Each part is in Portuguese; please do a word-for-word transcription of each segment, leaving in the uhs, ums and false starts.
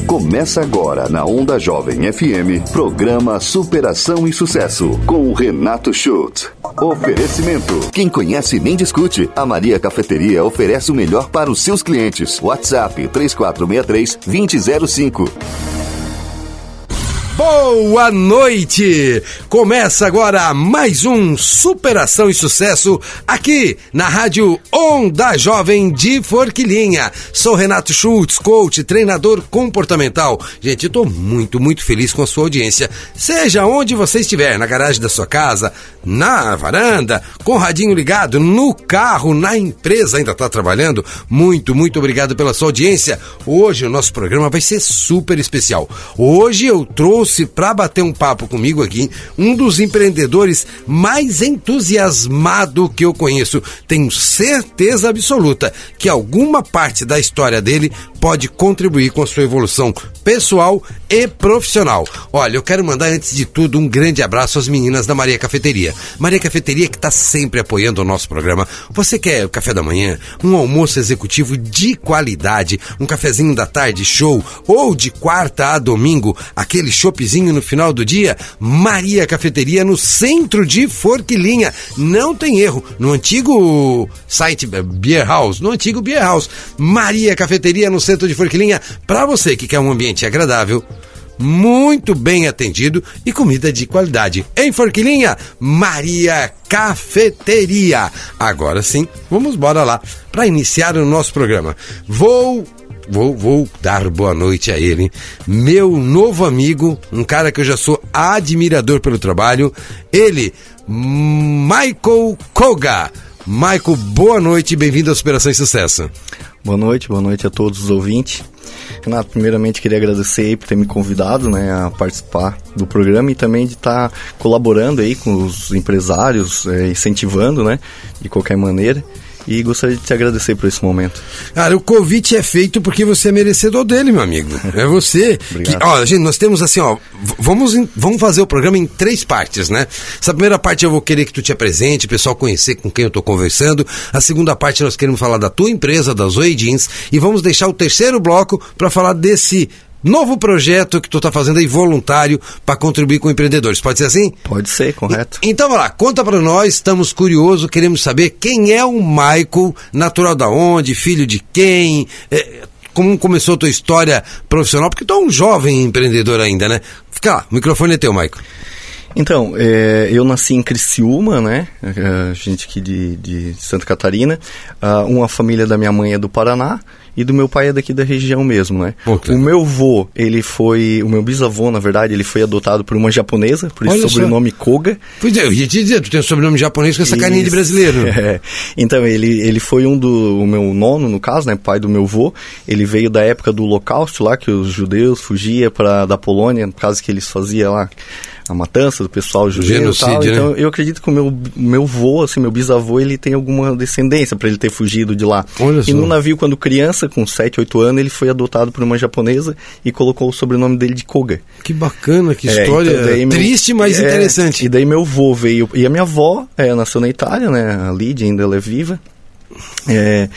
Começa agora na Onda Jovem F M, programa Superação e Sucesso, com o Renato Schultz. Oferecimento. Quem conhece nem discute. A Maria Cafeteria oferece o melhor para os seus clientes. WhatsApp três quatro seis três, dois zero zero cinco. Boa noite! Começa agora mais um Superação e Sucesso aqui na Rádio Onda Jovem de Forquilinha. Sou Renato Schultz, coach, treinador comportamental. Gente, eu tô muito, muito feliz com a sua audiência. Seja onde você estiver, na garagem da sua casa, na varanda, com o radinho ligado, no carro, na empresa, ainda tá trabalhando. Muito, muito obrigado pela sua audiência. Hoje o nosso programa vai ser super especial. Hoje eu trouxe para bater um papo comigo aqui um dos empreendedores mais entusiasmado que eu conheço. Tenho certeza absoluta que alguma parte da história dele pode contribuir com a sua evolução pessoal e profissional. Olha, eu quero mandar antes de tudo um grande abraço às meninas da Maria Cafeteria. Maria Cafeteria que está sempre apoiando o nosso programa. Você quer o café da manhã, um almoço executivo de qualidade, um cafezinho da tarde show, ou de quarta a domingo, aquele choppzinho no final do dia? Maria Cafeteria no centro de Forquilinha. Não tem erro. No antigo site Beer House, no antigo Beer House, Maria Cafeteria no centro de Forquilinha, para você que quer um ambiente agradável, muito bem atendido e comida de qualidade. Em Forquilinha, Maria Cafeteria. Agora sim, vamos embora lá para iniciar o nosso programa. Vou Vou, vou dar boa noite a ele, meu novo amigo, um cara que eu já sou admirador pelo trabalho, ele, Michael Koga. Michael, boa noite e bem-vindo à Superação e Sucesso. Boa noite, boa noite a todos os ouvintes. Renato, primeiramente queria agradecer aí por ter me convidado, né, a participar do programa e também de estar colaborando aí com os empresários, é, incentivando, né, de qualquer maneira. E gostaria de te agradecer por esse momento. Cara, o convite é feito porque você é merecedor dele, meu amigo. É você. que, ó, gente, nós temos assim, ó, vamos, vamos fazer o programa em três partes, né? Essa primeira parte eu vou querer que tu te apresente, o pessoal conhecer com quem eu tô conversando. A segunda parte nós queremos falar da tua empresa, da Zoe Jeans. E vamos deixar o terceiro bloco para falar desse novo projeto que tu tá fazendo aí voluntário para contribuir com empreendedores. Pode ser assim? Pode ser, correto. E, então, vai lá, conta para nós, estamos curiosos, queremos saber quem é o Michael, natural da onde, filho de quem, é, como começou a tua história profissional, porque tu é um jovem empreendedor ainda, né? Fica lá, o microfone é teu, Michael. Então, é, eu nasci em Criciúma, né, a gente aqui de, de Santa Catarina, uh, uma família da minha mãe é do Paraná e do meu pai é daqui da região mesmo, né. Okay. O meu avô, ele foi, o meu bisavô, na verdade, ele foi adotado por uma japonesa, por isso o sobrenome Koga. Pois é, eu ia te dizer, tu tem um sobrenome japonês com essa isso. carinha de brasileiro. É. Então, ele, ele foi um do, o meu nono, no caso, né, pai do meu avô, ele veio da época do Holocausto lá, que os judeus fugiam pra, da Polônia, no caso que eles faziam lá a matança do pessoal judeu e tal, então né? eu acredito que o meu, meu avô, assim, meu bisavô, ele tem alguma descendência para ele ter fugido de lá. Olha e só. No navio, quando criança, com sete, oito anos, ele foi adotado por uma japonesa e colocou o sobrenome dele de Koga. Que bacana, que história é, então triste, meu, mas é, interessante. E daí meu avô veio, e a minha avó é, nasceu na Itália, né, a Lídia, ainda ela é viva. É,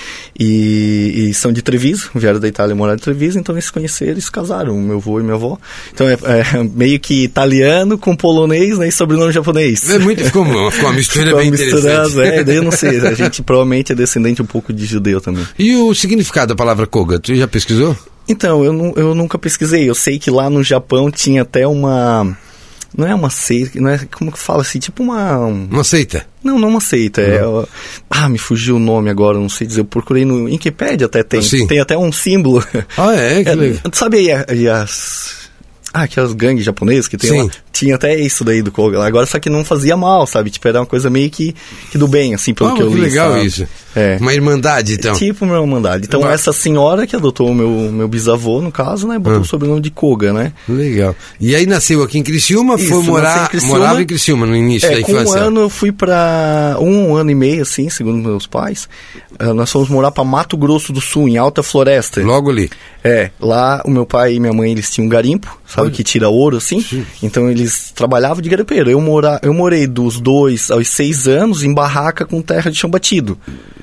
e, e são de Treviso, vieram da Itália morar em Treviso, então eles se conheceram e se casaram, meu avô e minha avó. Então é, é meio que italiano com polonês, né, e sobrenome japonês. É muito, ficou uma, ficou uma mistura ficou bem interessante. É, daí eu não sei, a gente provavelmente é descendente um pouco de judeu também. E o significado da palavra Koga, tu já pesquisou? Então, eu, não, eu nunca pesquisei, eu sei que lá no Japão tinha até uma... Não é uma seita, não é, como que fala assim, tipo uma... Uma seita? Não, não uma seita, é... Ah, me fugiu o nome agora, não sei dizer, eu procurei no Wikipedia até, tem, assim. Tem até um símbolo. Ah, é? Que é legal. Sabe aí, aí as... Ah, aquelas gangues japonesas que tem lá, tinha até isso daí do Koga lá. Agora só que não fazia mal, sabe? Tipo, era uma coisa meio que, que do bem, assim, pelo ah, que eu que li. legal sabe? Isso. É. Uma irmandade, então. Tipo uma irmandade. Então, Mas... essa senhora que adotou o meu, meu bisavô, no caso, né? Botou ah. o sobrenome de Koga, né? Legal. E aí nasceu aqui em Criciúma, isso, foi morar, em Criciúma, morava em Criciúma no início é, da infância? Com um ano eu fui pra... Um ano e meio, assim, segundo meus pais. Uh, nós fomos morar pra Mato Grosso do Sul, em Alta Floresta. Logo ali. É, lá o meu pai e minha mãe, eles tinham um garimpo, sabe, Olha. que tira ouro, assim. Sim. Então eles trabalhavam de garimpeiro. Eu, mora, eu morei dos dois aos seis anos em barraca com terra de chão batido.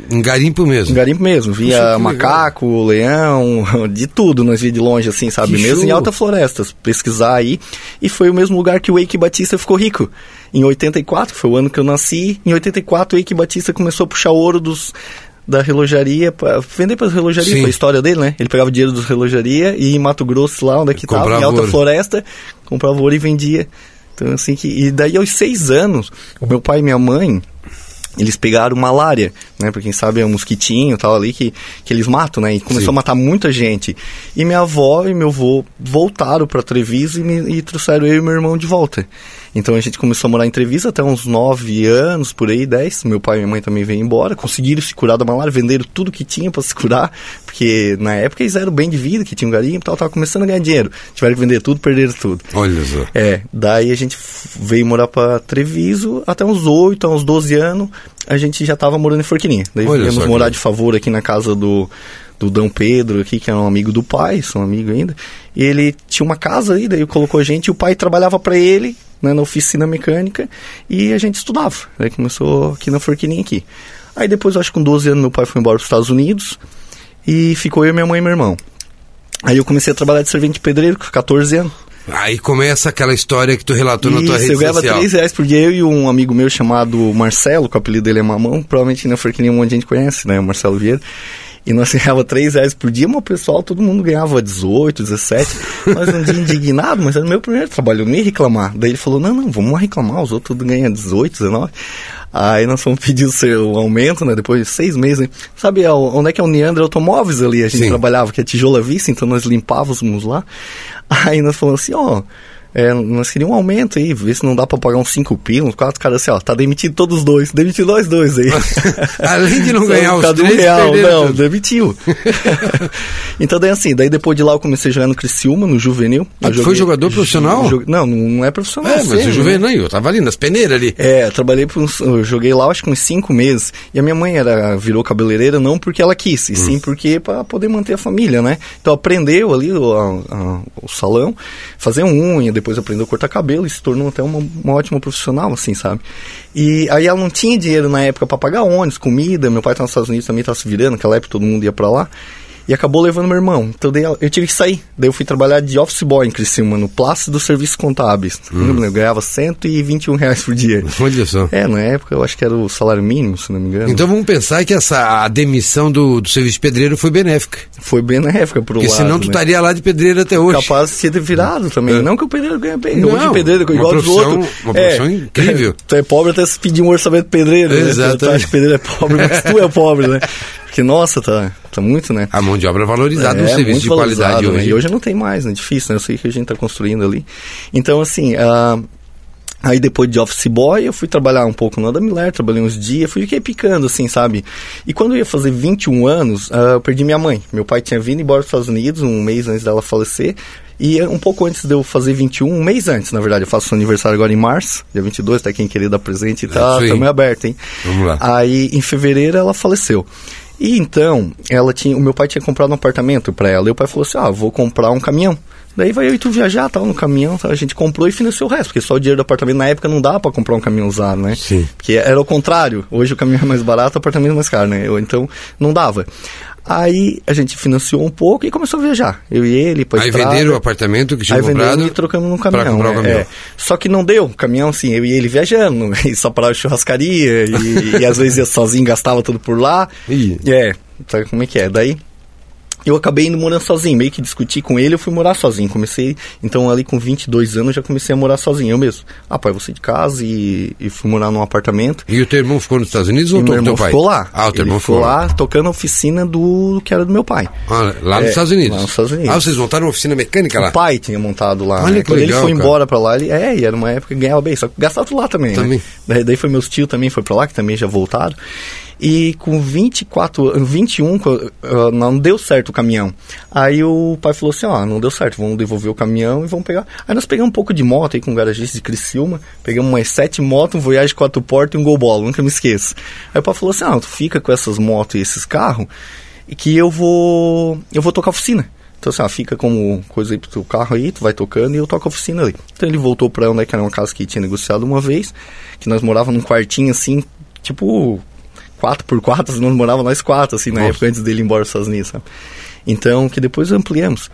Em garimpo mesmo? Em garimpo mesmo. Via Puxa, macaco, leão, de tudo. Nós via de longe, assim, sabe? Que mesmo show. em Alta Floresta. Pesquisar aí. E foi o mesmo lugar que o Eike Batista ficou rico. Em oitenta e quatro, foi o ano que eu nasci. Em oitenta e quatro, o Eike Batista começou a puxar ouro dos... da relojaria, pra vender para as relojarias, foi a história dele, né? Ele pegava dinheiro das relojarias e em Mato Grosso, lá onde é que estava, em Alta ouro. Floresta, comprava ouro e vendia. Então, assim, que... E daí, aos seis anos, o meu pai e minha mãe, eles pegaram malária, né? Pra quem sabe é um mosquitinho e tal ali que, que eles matam, né? E começou Sim. a matar muita gente. E minha avó e meu avô voltaram pra Treviso e, me, e trouxeram eu e meu irmão de volta. Então a gente começou a morar em Treviso até uns nove anos, por aí, dez. Meu pai e minha mãe também veio embora. Conseguiram se curar da malária, venderam tudo que tinha pra se curar. Porque na época eles eram bem de vida, que tinham garimpo e tal, tava começando a ganhar dinheiro. Tiveram que vender tudo, perderam tudo. Olha só. É, daí a gente veio morar pra Treviso até uns oito, uns doze anos. A gente já tava morando em Forquilinha. Daí viemos morar que... de favor aqui na casa do... do Dom Pedro aqui, que era um amigo do pai, sou um amigo ainda, e ele tinha uma casa aí, daí colocou a gente, e o pai trabalhava para ele, né, na oficina mecânica, e a gente estudava, daí começou aqui na Forquilinha aqui. Aí depois, eu acho que com doze anos, meu pai foi embora para os Estados Unidos, e ficou eu, minha mãe e meu irmão. Aí eu comecei a trabalhar de servente de pedreiro, com catorze anos. Aí começa aquela história que tu relatou Isso, na tua rede eu ganhava social. três reais por dia, eu e um amigo meu chamado Marcelo, que o apelido dele é Mamão, provavelmente na Forquilinha um monte de gente conhece, né, o Marcelo Vieira. E nós ganhava três reais por dia, mas o pessoal, todo mundo ganhava dezoito, dezessete. Nós um dia indignado, mas era o meu primeiro trabalho, eu não ia reclamar. Daí ele falou, não, não, vamos reclamar, os outros tudo ganham dezoito, dezenove. Aí nós fomos pedir o seu aumento, né, depois de seis meses. Né? Sabe onde é que é o Neandro Automóveis ali? A gente Sim. trabalhava, que é Tijola Vista, então nós limpávamos lá. Aí nós falamos assim, ó... É, nós queríamos um aumento aí, ver se não dá pra pagar uns cinco pilos, uns quatro caras assim, ó, tá demitido todos os dois, demitiu nós dois aí. Além de não ganhar os três, um real, não, tudo. demitiu. Então daí assim, daí depois de lá eu comecei a jogar no Criciúma, no Juvenil. Ah, tu foi jogador profissional? Joguei, não, não é profissional. É, mas sim, o Juvenil, eu tava ali nas peneiras ali. É, trabalhei por uns, eu joguei lá acho que uns cinco meses, e a minha mãe era, virou cabeleireira não porque ela quis, e hum. sim porque pra poder manter a família, né? Então aprendeu ali o, a, a, o salão, fazer unha, depois aprendeu a cortar cabelo e se tornou até uma, uma ótima profissional, assim, sabe? E aí ela não tinha dinheiro na época pra pagar ônibus, comida, meu pai estava nos Estados Unidos também, estava se virando, naquela época todo mundo ia pra lá, e acabou levando meu irmão. Então daí eu tive que sair, daí eu fui trabalhar de office boy em Criciúma, no Plácido Serviços Contábeis. Hum. Eu ganhava cento e vinte e um reais por dia. Olha só. É, na época eu acho que era o salário mínimo, se não me engano. Então vamos pensar que essa, a demissão do, do serviço de pedreiro foi benéfica. Foi benéfica pro Porque lado, senão tu né? estaria lá de pedreiro até hoje. Capaz de ter virado também. É. Não que o pedreiro ganha bem. Não, hoje o pedreiro igual dos outros. Uma profissão é, incrível. Tu é pobre até se pedir um orçamento de pedreiro. Exato. Né? Tu acha que pedreiro é pobre, mas tu é pobre, né? Porque, nossa, tá, tá muito, né? A mão de obra é valorizada é, no serviço de qualidade né? hoje. E hoje não tem mais, né? Difícil, né? Eu sei que a gente tá construindo ali. Então, assim, uh, aí depois de office boy, eu fui trabalhar um pouco na Adamiler, trabalhei uns dias, fui fiquei picando, assim, sabe? E quando eu ia fazer vinte e um anos, uh, eu perdi minha mãe. Meu pai tinha vindo embora dos Estados Unidos um mês antes dela falecer. E um pouco antes de eu fazer vinte e um, um mês antes, na verdade, eu faço aniversário agora em março, dia vinte e dois, tá quem querer dar presente e tá, tá meio aberto, hein? Vamos lá. Aí, em fevereiro, ela faleceu. E então, ela tinha, o meu pai tinha comprado um apartamento pra ela, e o pai falou assim, ah, vou comprar um caminhão. Daí vai eu e tu viajar, tal, no caminhão, tal, a gente comprou e financiou o resto, porque só o dinheiro do apartamento na época não dá pra comprar um caminhão usado, né? Sim. Porque era o contrário, hoje o caminhão é mais barato, o apartamento é mais caro, né? Eu, então, não dava. Aí a gente financiou um pouco e começou a viajar. Eu e ele, pra Aí estrada. venderam o apartamento que tinha aí comprado. Aí vendemos e trocamos num caminhão. Pra comprar o caminhão. É. Só que não deu, o caminhão assim, eu e ele viajando, e só parava de churrascaria, e, e às vezes ia sozinho, gastava tudo por lá. Ih. É, sabe como é que é? Daí eu acabei indo morando sozinho, meio que discuti com ele, eu fui morar sozinho. Comecei, então ali com vinte e dois anos já comecei a morar sozinho, eu mesmo. Ah, pai, vou sair de casa e, e fui morar num apartamento. E o teu irmão ficou nos Estados Unidos ou meu irmão teu pai? ficou lá. Ah, o teu ele irmão ficou lá, tocando a oficina do que era do meu pai. Ah, lá nos é, Estados Unidos? Lá nos Estados Unidos. Ah, vocês montaram uma oficina mecânica lá? O pai tinha montado lá. Olha né? que Quando legal, ele foi cara. embora pra lá, ele, é, e era uma época que ganhava bem, só que gastava tudo lá também, Também. né? Daí, daí foi meus tios também, foi pra lá, que também já voltaram. E com vinte e quatro, vinte e um, uh, não deu certo o caminhão. Aí o pai falou assim, ó, oh, não deu certo, vamos devolver o caminhão e vamos pegar. Aí nós pegamos um pouco de moto aí com o garagista de Criciúma, pegamos umas sete motos, um Voyage quatro portas e um Gol Bola, nunca me esqueço. Aí o pai falou assim, ah, tu fica com essas motos e esses carros, e que eu vou, eu vou tocar oficina. Então assim, ó, fica como coisa aí pro teu carro aí, tu vai tocando e eu toco a oficina ali. Então ele voltou pra onde é que era uma casa que tinha negociado uma vez, que nós morávamos num quartinho assim, tipo... quatro por quatro, nós morávamos nós quatro, assim, na Nossa. época antes dele ir embora sozinho, sabe? Então, que depois ampliamos.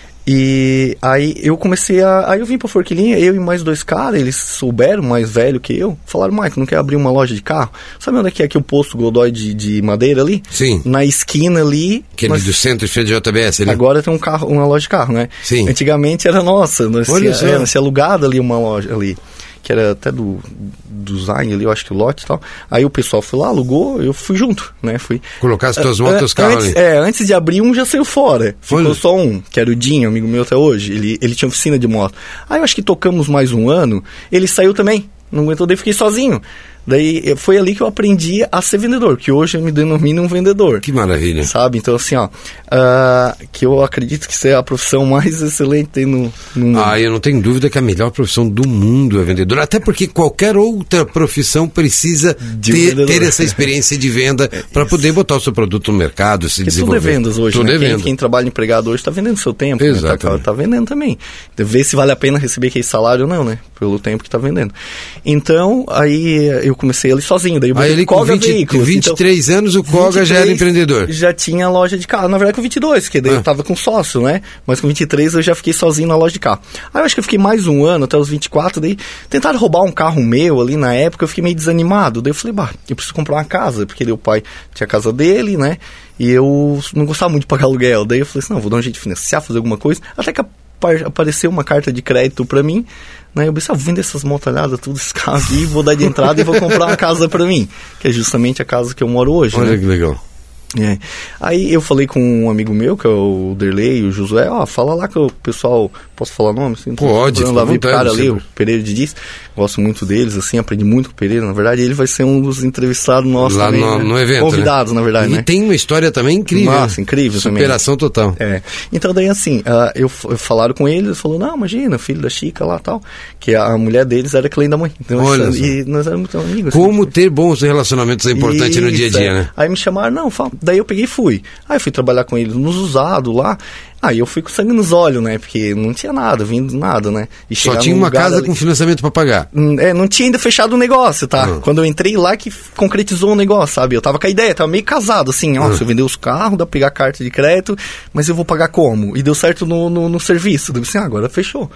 E aí eu comecei a... Aí eu vim pra Forquilinha, eu e mais dois caras, eles souberam, mais velho que eu, falaram, Mike, não quer abrir uma loja de carro? Sabe onde é que é aqui o posto Godoy de, de madeira ali? Sim. Na esquina ali... Aquele nós... do centro de frente de J B S, né? Agora tem um carro, uma loja de carro, né? Sim. Antigamente era nossa, nós Olha tinha, só. é, nós tinha alugado ali uma loja ali, que era até do, do Zayn ali, eu acho que o lote e tal. Aí o pessoal foi lá, alugou, eu fui junto, né? Fui. Colocar as tuas Ah, motos e os carros antes, ali. É, antes de abrir um já saiu fora. Ficou Olha. só um, que era o Dinho, amigo meu até hoje. Ele, ele tinha oficina de moto. Aí eu acho que tocamos mais um ano, ele saiu também. Não aguentou, daí fiquei sozinho. Daí eh, foi ali que eu aprendi a ser vendedor, que hoje eu me denomino um vendedor. Que maravilha. Sabe? Então, assim, ó, ah, que eu acredito que isso é a profissão mais excelente no, no mundo. Ah, eu não tenho dúvida que a melhor profissão do mundo é vendedor. Até porque qualquer outra profissão precisa De um ter, vendedor. ter essa experiência de venda para poder botar o seu produto no mercado, se Porque tudo desenvolver. é vendas hoje, Tudo né? é Quem, venda. quem trabalha empregado hoje está vendendo seu tempo, né? Tá, Exatamente. tá vendendo também. Ver se vale a pena receber aquele salário ou não, né? Pelo tempo que está vendendo. Então, aí eu comecei ali sozinho. Daí eu Aí ele com Koga vinte, Veículos. vinte e três anos, o Koga já era vinte e três empreendedor. Já tinha loja de carro. Na verdade, com vinte e dois, que daí Ah. eu tava com sócio, né? Mas com vinte e três eu já fiquei sozinho na loja de carro. Aí eu acho que eu fiquei mais um ano, até os vinte e quatro, daí tentaram roubar um carro meu ali na época, eu fiquei meio desanimado. Daí eu falei, bah, eu preciso comprar uma casa, porque daí o pai tinha a casa dele, né? E eu não gostava muito de pagar aluguel. Daí eu falei assim, não, vou dar um jeito de financiar, fazer alguma coisa. Até que apa- apareceu uma carta de crédito pra mim, né? Eu pensei, ah, vou vender essas motalhadas, tudo esse carro aqui, vou dar de entrada e vou comprar uma casa pra mim, que é justamente a casa que eu moro hoje, Olha né? que legal. É. Aí eu falei com um amigo meu, que é o Derlei, o Josué, ó, fala lá que o pessoal, posso falar nome? Assim, Pode, fica à lá vem pro vontade, cara ali, sempre. o Pereira de Diz, gosto muito deles, assim, aprendi muito com o Pereira, na verdade, ele vai ser um dos entrevistados nossos Lá também, no, né? no evento, Convidados, né? na verdade, E né? tem uma história também incrível. Nossa, né? incrível também. Superação total. É. Então daí assim, ah, eu, f- eu falaram com ele, ele falou, não, imagina, filho da Chica lá tal, que a mulher deles era Cleide da mãe. Então, Olha isso- só. e nós éramos muito amigos. assim, Como ter bons relacionamentos é importante no Isso, dia a dia, é. né? Aí me chamaram, não, fala. Daí eu peguei e fui. Aí eu fui trabalhar com eles nos usados lá. Aí eu fui com sangue nos olhos, né? Porque não tinha nada, vindo nada, né? E Só chegar tinha num uma lugar casa ali- com financiamento para pagar. Hum, É, não tinha ainda fechado o negócio, tá? Ah. Quando eu entrei lá que f- concretizou o negócio, sabe? Eu tava com a ideia, tava meio casado, assim, ó, Ah. se eu vender os carros, dá pra pegar carta de crédito, mas eu vou pagar como? E deu certo no, no, no serviço. Daí eu pensei, ah, agora fechou.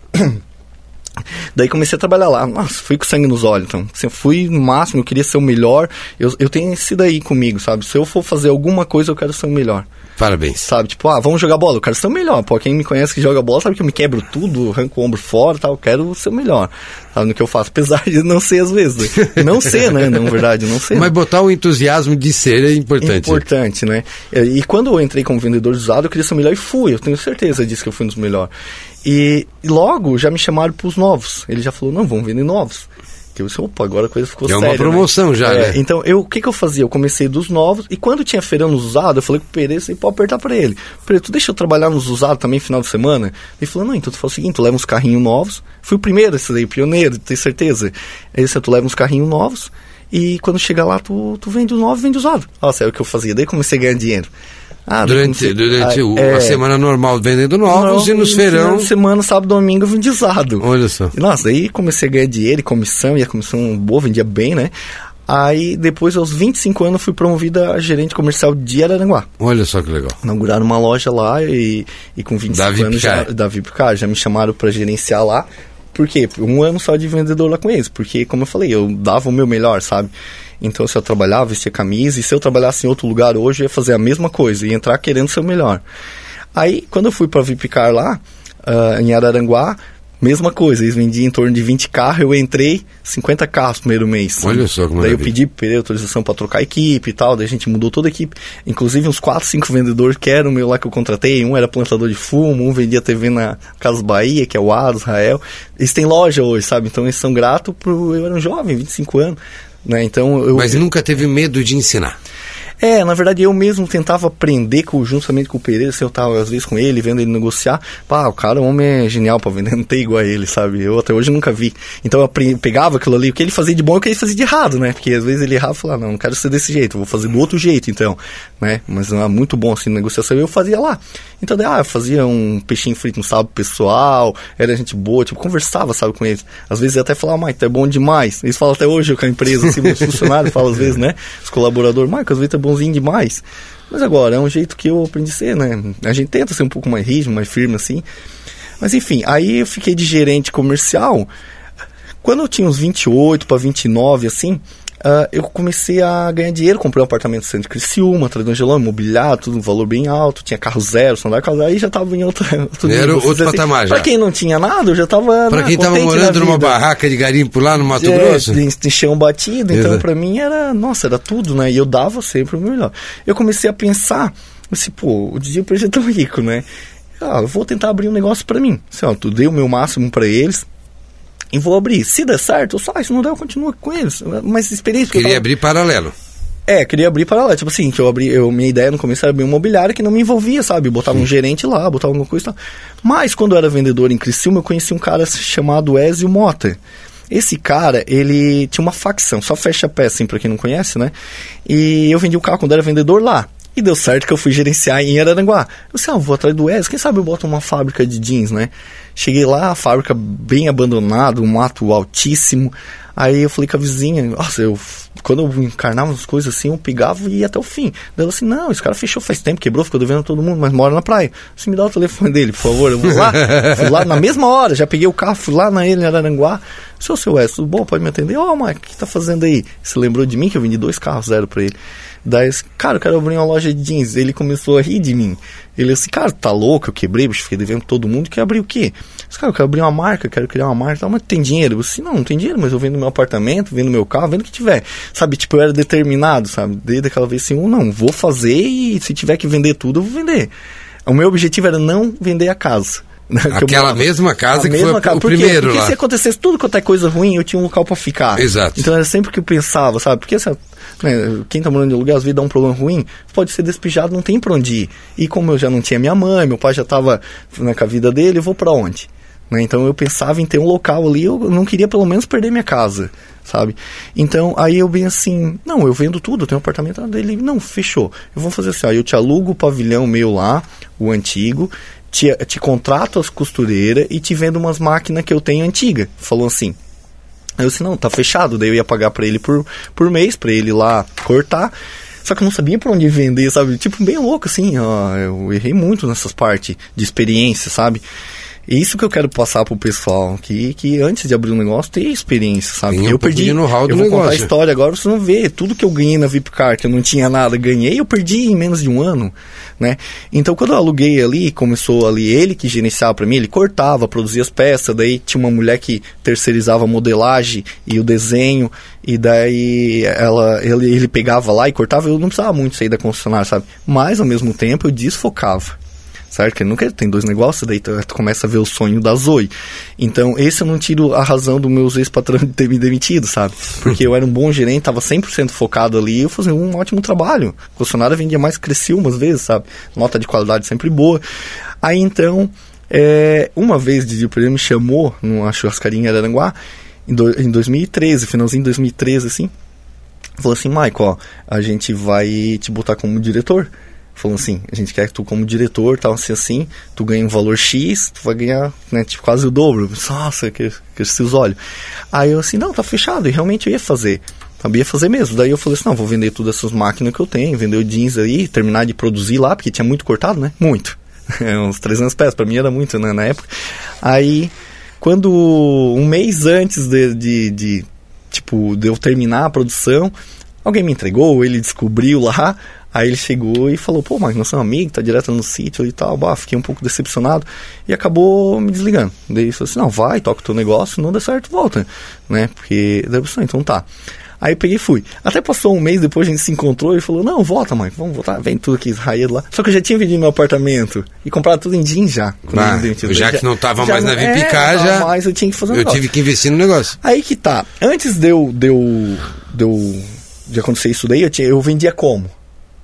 Daí comecei a trabalhar lá. Nossa, fui com sangue nos olhos, então. Assim, eu fui no máximo, eu queria ser o melhor. Eu, eu tenho esse daí comigo, sabe? Se eu for fazer alguma coisa, eu quero ser o melhor. Parabéns. Sabe? Tipo, ah, vamos jogar bola, eu quero ser o melhor. Pô, quem me conhece que joga bola sabe que eu me quebro tudo, arranco o ombro fora e tal. Eu quero ser o melhor, sabe? No que eu faço. Apesar de não ser às vezes. Né? Não ser, né? Na verdade, não ser. Mas botar o entusiasmo de ser é importante. Importante, né? E, e quando eu entrei como vendedor de usado, eu queria ser o melhor e fui. Eu tenho certeza disso que eu fui um dos melhores. E, e logo já me chamaram para os novos. Ele já falou, não, vamos vender novos. Que eu disse, opa, agora a coisa ficou É séria, uma promoção, né? já, É, né? Então, eu, o que que eu fazia? Eu comecei dos novos, e quando tinha feirão nos usados, eu falei pro Pereira, você pode apertar pra ele. Pereira, tu deixa eu trabalhar nos usados também final de semana? Ele falou, não, então tu faz o seguinte, tu leva uns carrinhos novos. Fui o primeiro, esse daí, pioneiro, tem certeza. Aí disse, tu leva uns carrinhos novos, e quando chegar lá, tu, tu vende os novos, vende usado. Nossa, é o que eu fazia, daí comecei a ganhar dinheiro. Ah, daí Durante, comecei- durante ah, o- é, a semana normal vendendo novos não, e nos no final feirão. de semana, sábado, domingo, eu vendi usado. Olha só. E, nossa, daí comecei a ganhar dinheiro e comissão, e a comissão boa, vendia bem, né? Aí, depois, aos vinte e cinco anos, fui promovida a gerente comercial de Araranguá. Olha só que legal. Inauguraram uma loja lá e, e com vinte e cinco Da anos já, Vipcar. da Vipcar, já me chamaram para gerenciar lá. Por quê? Um ano só de vendedor lá com eles. Porque, como eu falei, eu dava o meu melhor, sabe? Então, se eu trabalhava, vestia camisa, e se eu trabalhasse em outro lugar hoje, eu ia fazer a mesma coisa, ia entrar querendo ser o melhor. Aí, quando eu fui para Vipcar lá, ah, em Araranguá, mesma coisa, eles vendiam em torno de vinte carros, eu entrei, cinquenta carros no primeiro mês. Olha só que Daí eu maravilha. pedi pra ele autorização para trocar a equipe e tal, daí a gente mudou toda a equipe, inclusive uns quatro, cinco vendedores que eram meu lá que eu contratei, um era plantador de fumo, um vendia T V na Casas Bahia, que é o Ado, Israel, eles têm loja hoje, sabe, então eles são gratos por, eu era um jovem, vinte e cinco anos, né, então eu... Mas nunca teve medo de ensinar. É, na verdade eu mesmo tentava aprender com, justamente com o Pereira, assim, eu tava às vezes com ele, vendo ele negociar. Pá, o cara, o homem é genial pra vender, não tem igual a ele, sabe? Eu até hoje nunca vi. Então eu aprendi, pegava aquilo ali, o que ele fazia de bom e o que ele fazia de errado, né? Porque às vezes ele errava e falava, não, não quero ser desse jeito, eu vou fazer do outro jeito, então, né? Mas não é muito bom assim, negociação, eu fazia lá. Então, ah, eu fazia um peixinho frito no sábado pessoal, era gente boa, tipo, conversava, sabe, com eles. Às vezes eu até falava, Mike, tu é bom demais. Eles falam até hoje com a empresa, assim, meus funcionários falam às vezes, né? Os colaboradores, Mike, às vezes tu é bonzinho demais. Mas agora, é um jeito que eu aprendi a ser, né? A gente tenta ser um pouco mais rígido, mais firme, assim. Mas enfim, aí eu fiquei de gerente comercial. Quando eu tinha uns vinte e oito para vinte e nove, assim, Uh, eu comecei a ganhar dinheiro, comprei um apartamento no centro de Criciúma, atrás do Angelão, imobiliário, tudo um valor bem alto, tinha carro zero, só andava carro zero, aí já tava em outra, outro Era nível, outro assim. patamar já. Pra quem não tinha nada, eu já tava Pra né, quem tava morando numa barraca de garimpo lá no Mato é, Grosso? De, de chão batido, então Exato. Pra mim era, nossa, era tudo, né, e eu dava sempre o melhor. Eu comecei a pensar, assim, pô, o Didi é tão rico, né, ah, eu vou tentar abrir um negócio pra mim, assim, ó, tu dei o meu máximo pra eles, e vou abrir. Se der certo, eu só, se não der, eu continuo com eles. Mas experiência... Queria tava... abrir paralelo. É, queria abrir paralelo. Tipo assim, que eu abri... Eu, minha ideia no começo era abrir um imobiliário que não me envolvia, sabe? Botava Sim. um gerente lá, botava alguma coisa e tal. Mas, quando eu era vendedor em Criciúma, eu conheci um cara chamado Ezio Mota. Esse cara, ele tinha uma facção, só fecha pé, assim, pra quem não conhece, né? E eu vendi o carro quando era vendedor lá. E deu certo que eu fui gerenciar em Araranguá. Eu disse, ah, vou atrás do Ezio, quem sabe eu boto uma fábrica de jeans, né? Cheguei lá, a fábrica bem abandonada, um mato altíssimo. Aí eu falei com a vizinha, nossa, eu, quando eu encarnava as coisas assim, eu pegava e ia até o fim. Daí ela assim, não, esse cara fechou faz tempo, quebrou, ficou devendo todo mundo, mas mora na praia. Você me dá o telefone dele, por favor, eu vou lá. Fui lá na mesma hora, já peguei o carro, fui lá na ele em Araranguá. Seu, seu Ezio, tudo bom? Pode me atender? Ó, oh, Mike, o que tá fazendo aí? Você lembrou de mim que eu vendi dois carros zero pra ele? Daí, cara, eu quero abrir uma loja de jeans. Ele começou a rir de mim. Ele disse, cara, tá louco? Eu quebrei, bicho, fiquei devendo todo mundo. Quer abrir o quê? Eu disse, cara, eu quero abrir uma marca, quero criar uma marca. Tal, mas tem dinheiro? Eu disse, não, não tem dinheiro, mas eu vendo meu apartamento, vendo meu carro, vendo o que tiver. Sabe, tipo, eu era determinado, sabe? Desde aquela vez assim, eu não, vou fazer e se tiver que vender tudo, eu vou vender. O meu objetivo era não vender a casa. Aquela mesma casa a que mesma foi casa. o Porque, primeiro porque lá. Se acontecesse tudo quanto é coisa ruim, eu tinha um local pra ficar. Exato. Então era sempre o que eu pensava, sabe? Porque essa, né, quem tá morando de aluguel, às vezes dá um problema ruim, pode ser despejado, não tem pra onde ir. E como eu já não tinha minha mãe, meu pai já tava né, com a vida dele, eu vou pra onde? Né? Então eu pensava em ter um local ali, eu não queria pelo menos perder minha casa, sabe? Então aí eu bem assim, não, eu vendo tudo, eu tenho um apartamento dele, não, fechou. Eu vou fazer assim, ó, eu te alugo o pavilhão meu lá, o antigo, Te, te contrato as costureiras e te vendo umas máquinas que eu tenho antiga. Falou assim. Aí eu disse, não, tá fechado. Daí eu ia pagar pra ele por, por mês, pra ele ir lá cortar. Só que eu não sabia pra onde vender, sabe? Tipo, bem louco, assim. Ó, eu errei muito nessas partes de experiência, sabe? E isso que eu quero passar pro pessoal, que, que antes de abrir um negócio, ter experiência, sabe? Tem um eu perdi, know do eu vou negócio. contar a história agora, você não vê, tudo que eu ganhei na V I P Car, que eu não tinha nada, ganhei, eu perdi em menos de um ano, né? Então, quando eu aluguei ali, começou ali, ele que gerenciava pra mim, ele cortava, produzia as peças, daí tinha uma mulher que terceirizava a modelagem e o desenho, e daí ela, ele, ele pegava lá e cortava, eu não precisava muito sair da concessionária, sabe? Mas, ao mesmo tempo, eu desfocava. Certo? Que nunca tem dois negócios, daí tu, tu começa a ver o sonho da Zoe. Então, esse eu não tiro a razão dos meus ex-patrões de ter me demitido, sabe? Porque eu era um bom gerente, tava cem por cento focado ali, eu fazia um ótimo trabalho. A concessionária vendia mais, crescia umas vezes, sabe? Nota de qualidade sempre boa. Aí, então, é, uma vez o Didi Pereira me chamou numa churrascaria em Araranguá, em, do, em dois mil e treze, finalzinho de dois mil e treze, assim. Falou assim, Mike, ó, a gente vai te botar como diretor. Falando assim, a gente quer que tu como diretor, tal, assim, assim, tu ganha um valor X, tu vai ganhar, né, tipo, quase o dobro. Nossa, que cresci os olhos. Aí eu assim, não, tá fechado, e realmente eu ia fazer. Sabia fazer mesmo. Daí eu falei assim, não, vou vender todas essas máquinas que eu tenho, vender o jeans aí, terminar de produzir lá, porque tinha muito cortado, né? Muito. Uns trezentas peças, pra mim era muito, né, na época. Aí, quando, um mês antes de, de, de, tipo, de eu terminar a produção, alguém me entregou, ele descobriu lá. Aí ele chegou e falou, pô, mas nós somos amigos, tá direto no sítio e tal. Bah, fiquei um pouco decepcionado e acabou me desligando. Daí ele falou assim, não, vai, toca o teu negócio, não der certo, volta, né? Porque, daí eu falei, então tá. Aí eu peguei e fui. Até passou um mês depois, a gente se encontrou e falou, não, volta, mãe, vamos voltar, vem tudo aqui, raído lá. Só que eu já tinha vendido meu apartamento e comprado tudo em jeans já. Ah, já, já que não tava já mais não, na V I P Car, é, já... mais eu tinha que fazer um Eu negócio. tive que investir no negócio. Aí que tá, antes de eu, de eu, de eu, de acontecer isso daí, eu, tinha, eu vendia como?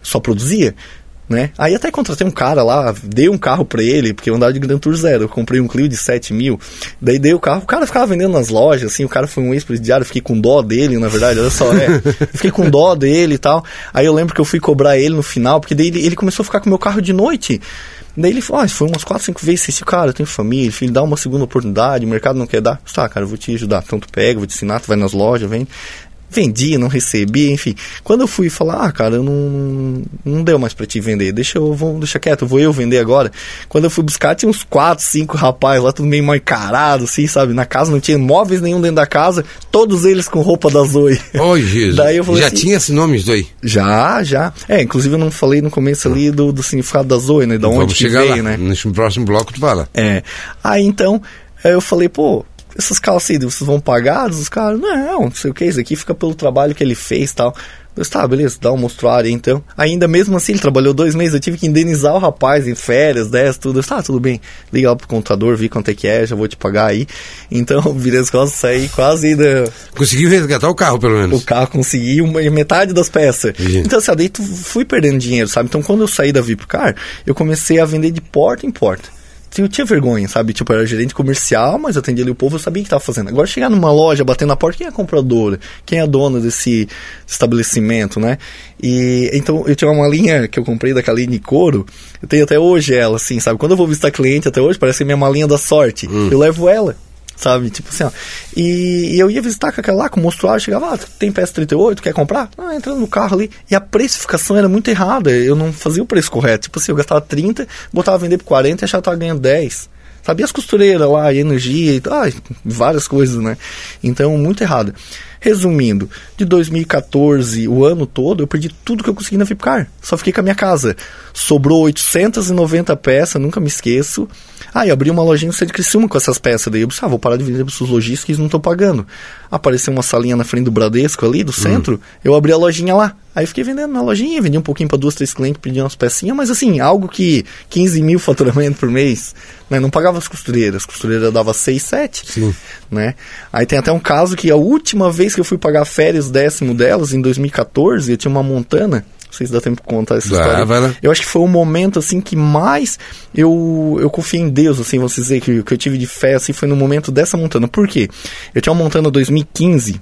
só produzia, né? Aí até contratei um cara lá, dei um carro pra ele, porque eu andava de Gran Tour zero, eu comprei um Clio de sete mil, daí dei o carro, o cara ficava vendendo nas lojas, assim, o cara foi um ex-presidiário, fiquei com dó dele, na verdade, olha só, é, fiquei com dó dele e tal, aí eu lembro que eu fui cobrar ele no final, porque daí ele, ele começou a ficar com o meu carro de noite, daí ele falou, ah, foi umas quatro, cinco vezes, esse cara, eu tenho família, filho, dá uma segunda oportunidade, o mercado não quer dar, tá, cara, eu vou te ajudar, então tu pega, vou te ensinar, tu vai nas lojas, vem... Vendi, não recebi, enfim. Quando eu fui falar, ah, cara, eu não, não deu mais pra te vender, deixa eu, vou, deixa quieto, vou eu vender agora. Quando eu fui buscar, tinha uns quatro, cinco rapazes lá, tudo meio mal encarado, assim, sabe? Na casa não tinha móveis nenhum dentro da casa, todos eles com roupa da Zoe. Oi, Jesus. Daí eu falei já assim, tinha esse nome, Zoe? Já, já. É, inclusive eu não falei no começo ali do, do significado da Zoe, né? Da Vamos onde que chegar veio, lá. né? No próximo bloco tu fala. É. Aí então, eu falei, pô, essas calças aí, vocês vão pagar? Os caras, não, não sei o que, isso aqui fica pelo trabalho que ele fez e tal. Eu disse, tá, beleza, dá um mostruário aí então. Ainda mesmo assim, ele trabalhou dois meses, eu tive que indenizar o rapaz em férias, dez, tudo. Eu disse, tá, tudo bem, liga lá pro contador, vi quanto é que é, já vou te pagar aí. Então, virei as costas, saí quase da... Conseguiu resgatar o carro, pelo menos? O carro consegui uma, metade das peças. Gente. Então, assim, daí tu fui perdendo dinheiro, sabe? Então, quando eu saí da V I P Car, eu comecei a vender de porta em porta. Eu tinha vergonha, sabe? Tipo, eu era gerente comercial, mas eu atendia ali o povo, eu sabia o que estava fazendo. Agora, chegar numa loja, bater na porta, quem é a compradora? Quem é a dona desse estabelecimento, né? E, então, eu tinha uma malinha que eu comprei daquela linha de couro, eu tenho até hoje ela, assim, sabe? Quando eu vou visitar cliente até hoje, parece a minha malinha da sorte. Hum. Eu levo ela, sabe? Tipo assim, ó. E, e eu ia visitar com aquela lá, com o mostruário, chegava, ah, tem peça trinta e oito, quer comprar? Ah, entrando no carro ali. E a precificação era muito errada, eu não fazia o preço correto. Tipo assim, eu gastava trinta, botava a vender por quarenta e achava que estava ganhando dez. Sabia as costureiras lá, e energia, e ah, várias coisas, né? Então, muito errado. Resumindo, de dois mil e catorze, o ano todo, eu perdi tudo que eu consegui na V I P Car. Só fiquei com a minha casa. Sobrou oitocentas e noventa peças, nunca me esqueço. Ah, e abri uma lojinha no centro de Criciúma com essas peças. Daí eu disse, ah, vou parar de vender para os lojistas que eles não estão pagando. Apareceu uma salinha na frente do Bradesco ali, do centro. Hum. Eu abri a lojinha lá. Aí eu fiquei vendendo na lojinha, vendi um pouquinho para duas, três clientes, pediam umas pecinhas, mas assim, algo que quinze mil faturamento por mês, né? Não pagava as costureiras. As costureiras dava seis, sete, Sim. né? Aí tem até um caso que a última vez que eu fui pagar férias décimo delas, em dois mil e catorze, eu tinha uma Montana, não sei se dá tempo de contar essa Dá, história. vai lá. Eu acho que foi o momento, assim, que mais eu, eu confiei em Deus, assim, vamos dizer, que, que eu tive de fé, assim, foi no momento dessa Montana. Por quê? Eu tinha uma Montana dois mil e quinze,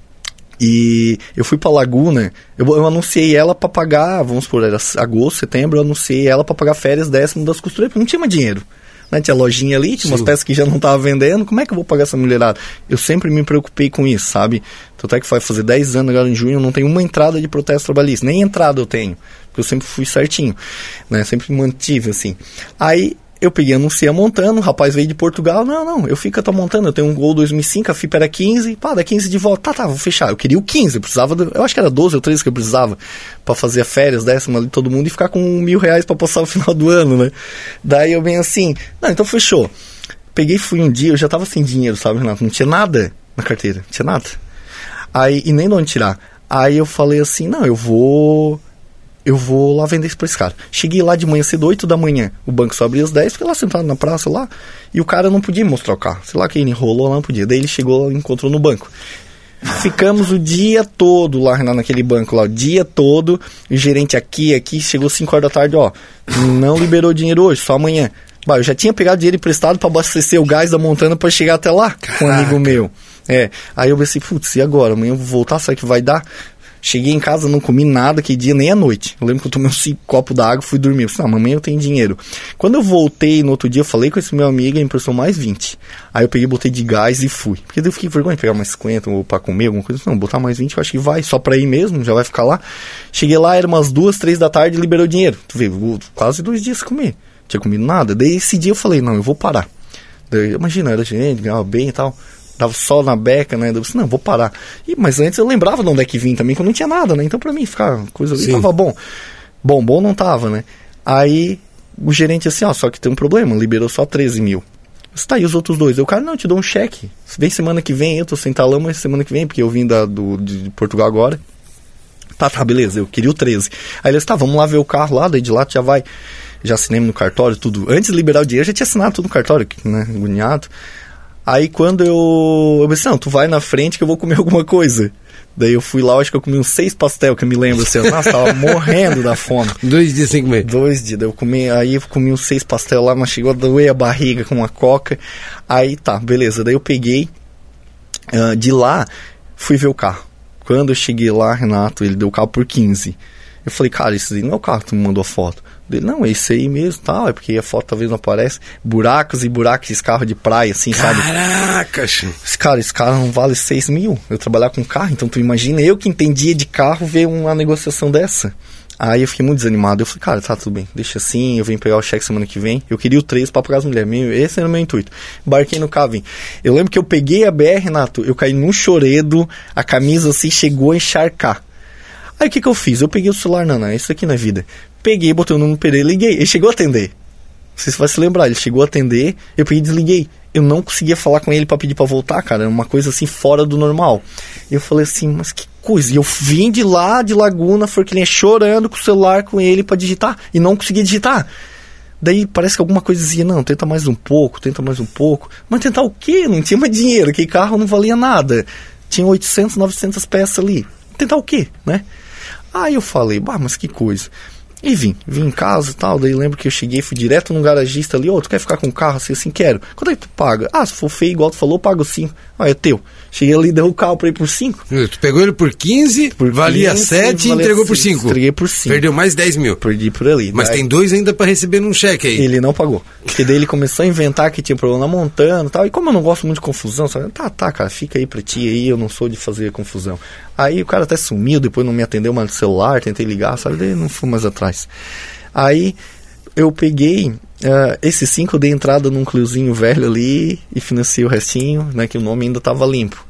e eu fui pra Laguna, eu, eu anunciei ela pra pagar, vamos supor, era agosto, setembro, eu anunciei ela pra pagar férias décimo das costureiras, porque não tinha mais dinheiro. Né? Tinha lojinha ali, tinha Sim. umas peças que já não tava vendendo, como é que eu vou pagar essa mulherada? Eu sempre me preocupei com isso, sabe? Tanto é que vai fazer dez anos agora em junho, eu não tenho uma entrada de protesto trabalhista, nem entrada eu tenho, porque eu sempre fui certinho, né? Sempre mantive assim. Aí eu peguei, anunciei a Montana, o rapaz veio de Portugal, não, não, eu fico a tua Montana, eu tenho um Gol dois mil e cinco, a F I P era quinze, pá, dá quinze de volta, tá, tá, vou fechar, eu queria o quinze, eu precisava, do, eu acho que era doze ou treze que eu precisava, pra fazer a férias, décima ali, todo mundo, e ficar com mil reais pra passar o final do ano, né, daí eu bem assim, não, então fechou, peguei, fui um dia, eu já tava sem dinheiro, sabe, Renato, não tinha nada na carteira, não tinha nada, aí, e nem de onde tirar, aí eu falei assim, não, eu vou... eu vou lá vender isso pra esse cara. Cheguei lá de manhã cedo, oito da manhã, o banco só abria às dez, fiquei lá sentado na praça lá, e o cara não podia me mostrar o carro, sei lá que ele enrolou lá, não podia, daí ele chegou e encontrou no banco. Ficamos o dia todo lá naquele banco lá, o dia todo, o gerente aqui, aqui, chegou cinco horas da tarde, ó, não liberou dinheiro hoje, só amanhã. Bah, eu já tinha pegado dinheiro emprestado pra abastecer o gás da Montana pra chegar até lá, Caraca. com um amigo meu. É, aí eu pensei, putz, e agora? Amanhã eu vou voltar, será que vai dar? Cheguei em casa, não comi nada que dia, nem à noite. Eu lembro que eu tomei uns cinco copos d'água e fui dormir. Eu disse, não, amanhã eu tenho dinheiro. Quando eu voltei no outro dia, eu falei com esse meu amigo, ele emprestou mais vinte. Aí eu peguei, botei de gás e fui. Porque daí eu fiquei com vergonha de pegar mais cinquenta ou pra comer, alguma coisa. Não, botar mais vinte, eu acho que vai, só pra ir mesmo, já vai ficar lá. Cheguei lá, era umas duas, três da tarde e liberou o dinheiro. Tu vê, quase dois dias sem comer. Não tinha comido nada. Daí esse dia eu falei, não, eu vou parar. Daí, imagina, era gente, ganhava bem e tal. Dava sol na beca, né? Eu disse, não, vou parar. E, mas antes eu lembrava de onde é que vim também, que eu não tinha nada, né? Então pra mim ficar coisa ali, Sim. tava bom. Bom, bom não tava, né? Aí o gerente assim, ó, só que tem um problema, liberou só treze mil. Você tá aí os outros dois. Eu, cara, não, eu te dou um cheque. Vem semana que vem, eu tô sem talão, mas semana que vem, porque eu vim da, do, de Portugal agora. Tá, tá, beleza, eu queria o treze. Aí eles, tá, vamos lá ver o carro lá, daí de lá tu já vai. Já assinei no cartório, tudo. Antes de liberar o dinheiro, eu já tinha assinado tudo no cartório, né? Agoniado. Aí quando eu... Eu pensei, não, tu vai na frente que eu vou comer alguma coisa. Daí eu fui lá, acho que eu comi uns seis pastel, que eu me lembro, assim, nossa, tava morrendo da fome. Dois dias sem comer. Dois dias, daí eu comi, aí eu comi uns seis pastel lá, mas chegou a doer a barriga com uma coca. Aí tá, beleza, daí eu peguei, uh, de lá, fui ver o carro. Quando eu cheguei lá, Renato, ele deu o carro por quinze. Eu falei, cara, esse aí não é o carro que tu me mandou a foto. Ele, não, é esse aí mesmo, tal, é porque a foto talvez não aparece. Buracos e buracos, esse carro de praia, assim, sabe? Caraca, esse cara, esse carro não vale seis mil. Eu trabalhar com carro, então tu imagina, eu que entendia de carro, ver uma negociação dessa. Aí eu fiquei muito desanimado. Eu falei, cara, tá tudo bem, deixa assim, eu venho pegar o cheque semana que vem. Eu queria o três pra pagar as mulheres, esse era o meu intuito. Embarquei no carro, vim. Eu lembro que eu peguei a B R, Renato, eu caí num choredo, a camisa assim chegou a encharcar. Aí o que que eu fiz? Eu peguei o celular, não, não, isso aqui não é vida. Peguei, botei o número no e liguei. Ele chegou a atender. Não sei se vai se lembrar, ele chegou a atender, eu peguei e desliguei. Eu não conseguia falar com ele pra pedir pra voltar, cara, era uma coisa assim fora do normal. E eu falei assim, mas que coisa. E eu vim de lá, de Laguna, Forquilinha, chorando com o celular com ele pra digitar. E não conseguia digitar. Daí parece que alguma coisa dizia, não, tenta mais um pouco, tenta mais um pouco. Mas tentar o quê? Não tinha mais dinheiro, aquele carro não valia nada. Tinha oitocentas, novecentas peças ali. Tentar o quê, né? Aí eu falei, bah, mas que coisa. E vim, vim em casa e tal, daí lembro que eu cheguei, fui direto num garagista ali, ô, oh, tu quer ficar com o carro assim, assim, quero. Quanto é que tu paga? Ah, se for feio igual tu falou, eu pago cinco. Ah, é teu. Cheguei ali, deu o carro pra ir por cinco. Tu pegou ele por quinze, por valia sete e entregou por cinco. Entreguei por cinco. Perdeu mais dez mil. Perdi por ali. Mas daí... tem dois ainda pra receber num cheque aí. Ele não pagou. Porque daí ele começou a inventar que tinha problema na Montana e tal. E como eu não gosto muito de confusão, sabe? Tá, tá, cara, fica aí pra ti aí, eu não sou de fazer confusão. Aí o cara até sumiu, depois não me atendeu mais no celular, tentei ligar, sabe? Daí não fui mais atrás. Aí eu peguei, uh, esses cinco eu dei entrada num Cliozinho velho ali e financei o restinho, né, que o nome ainda tava limpo.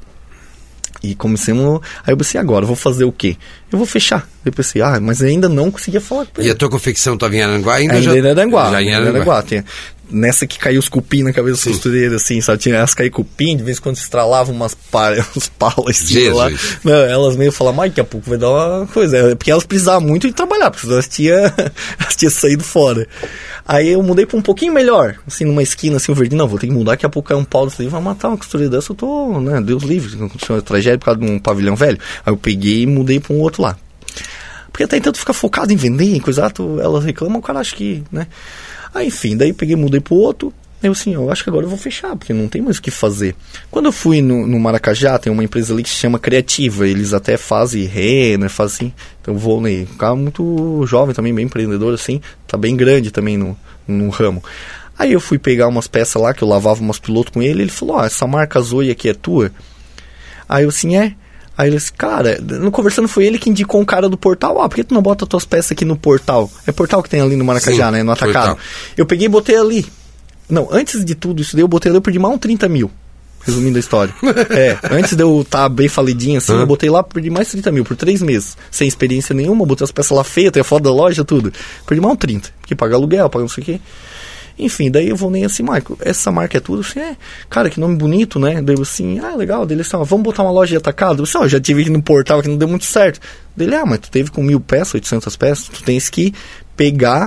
E comecemos, aí eu pensei, agora, eu vou fazer o quê? Eu vou fechar. Eu pensei, ah, mas ainda não conseguia falar com ele. E a tua confecção estava em Aranguá ainda? Ainda já... em Aranguá. Já em Aranguá. Aranguá. Tinha... Nessa que caiu os cupim na cabeça dos costureiros, assim, sabe? Tinha elas caíam cupim, de vez em quando estralavam umas palhas, uns palas assim, lá. Não, elas meio falavam, mas daqui a pouco vai dar uma coisa. Porque elas precisavam muito de trabalhar, porque elas tinham, elas tinham saído fora. Aí eu mudei pra um pouquinho melhor, assim, numa esquina, assim, o verdinho, não, vou ter que mudar, daqui a pouco cai um pau desse, vai matar uma costureira dessa, eu tô, né, Deus livre, não aconteceu uma tragédia por causa de um pavilhão velho. Aí eu peguei e mudei pra um outro lá. Porque até então tu fica focado em vender, em coisa, tu, elas reclamam, o cara acha que, né. Aí, enfim, daí peguei, mudei pro outro. Eu assim, eu acho que agora eu vou fechar, porque não tem mais o que fazer. Quando eu fui no, no Maracajá, tem uma empresa ali que se chama Criativa. Eles até fazem renda, fazem assim. Então eu vou nele. Um cara muito jovem também, bem empreendedor, assim. Tá bem grande também no, no ramo. Aí eu fui pegar umas peças lá, que eu lavava umas pilotos com ele. Ele falou, ó, oh, essa marca Zoe aqui é tua? Aí eu assim, é... Aí ele disse, cara, no conversando foi ele que indicou um cara do portal. Ah, por que tu não bota tuas peças aqui no portal? É portal que tem ali no Maracajá, sim, né? No atacado. Portal. Eu peguei e botei ali. Não, antes de tudo isso daí, eu botei ali, eu perdi mais uns trinta mil. Resumindo a história. É, antes de eu estar tá bem falidinho assim, uhum. eu botei lá, perdi mais trinta mil por três meses. Sem experiência nenhuma, botei as peças lá feias, tem a foto da loja, tudo. Perdi mais uns trinta. Porque paga aluguel, paga não sei o quê. Enfim, daí eu vou nem assim, Michael, essa marca é tudo? Assim, é, cara, que nome bonito, né? Daí eu assim, ah, legal. Dele assim, ó, vamos botar uma loja de atacado? Eu assim, ó, já tive aqui no portal que não deu muito certo. Dele, ah, mas tu teve com mil peças, oitocentas peças, tu tens que pegar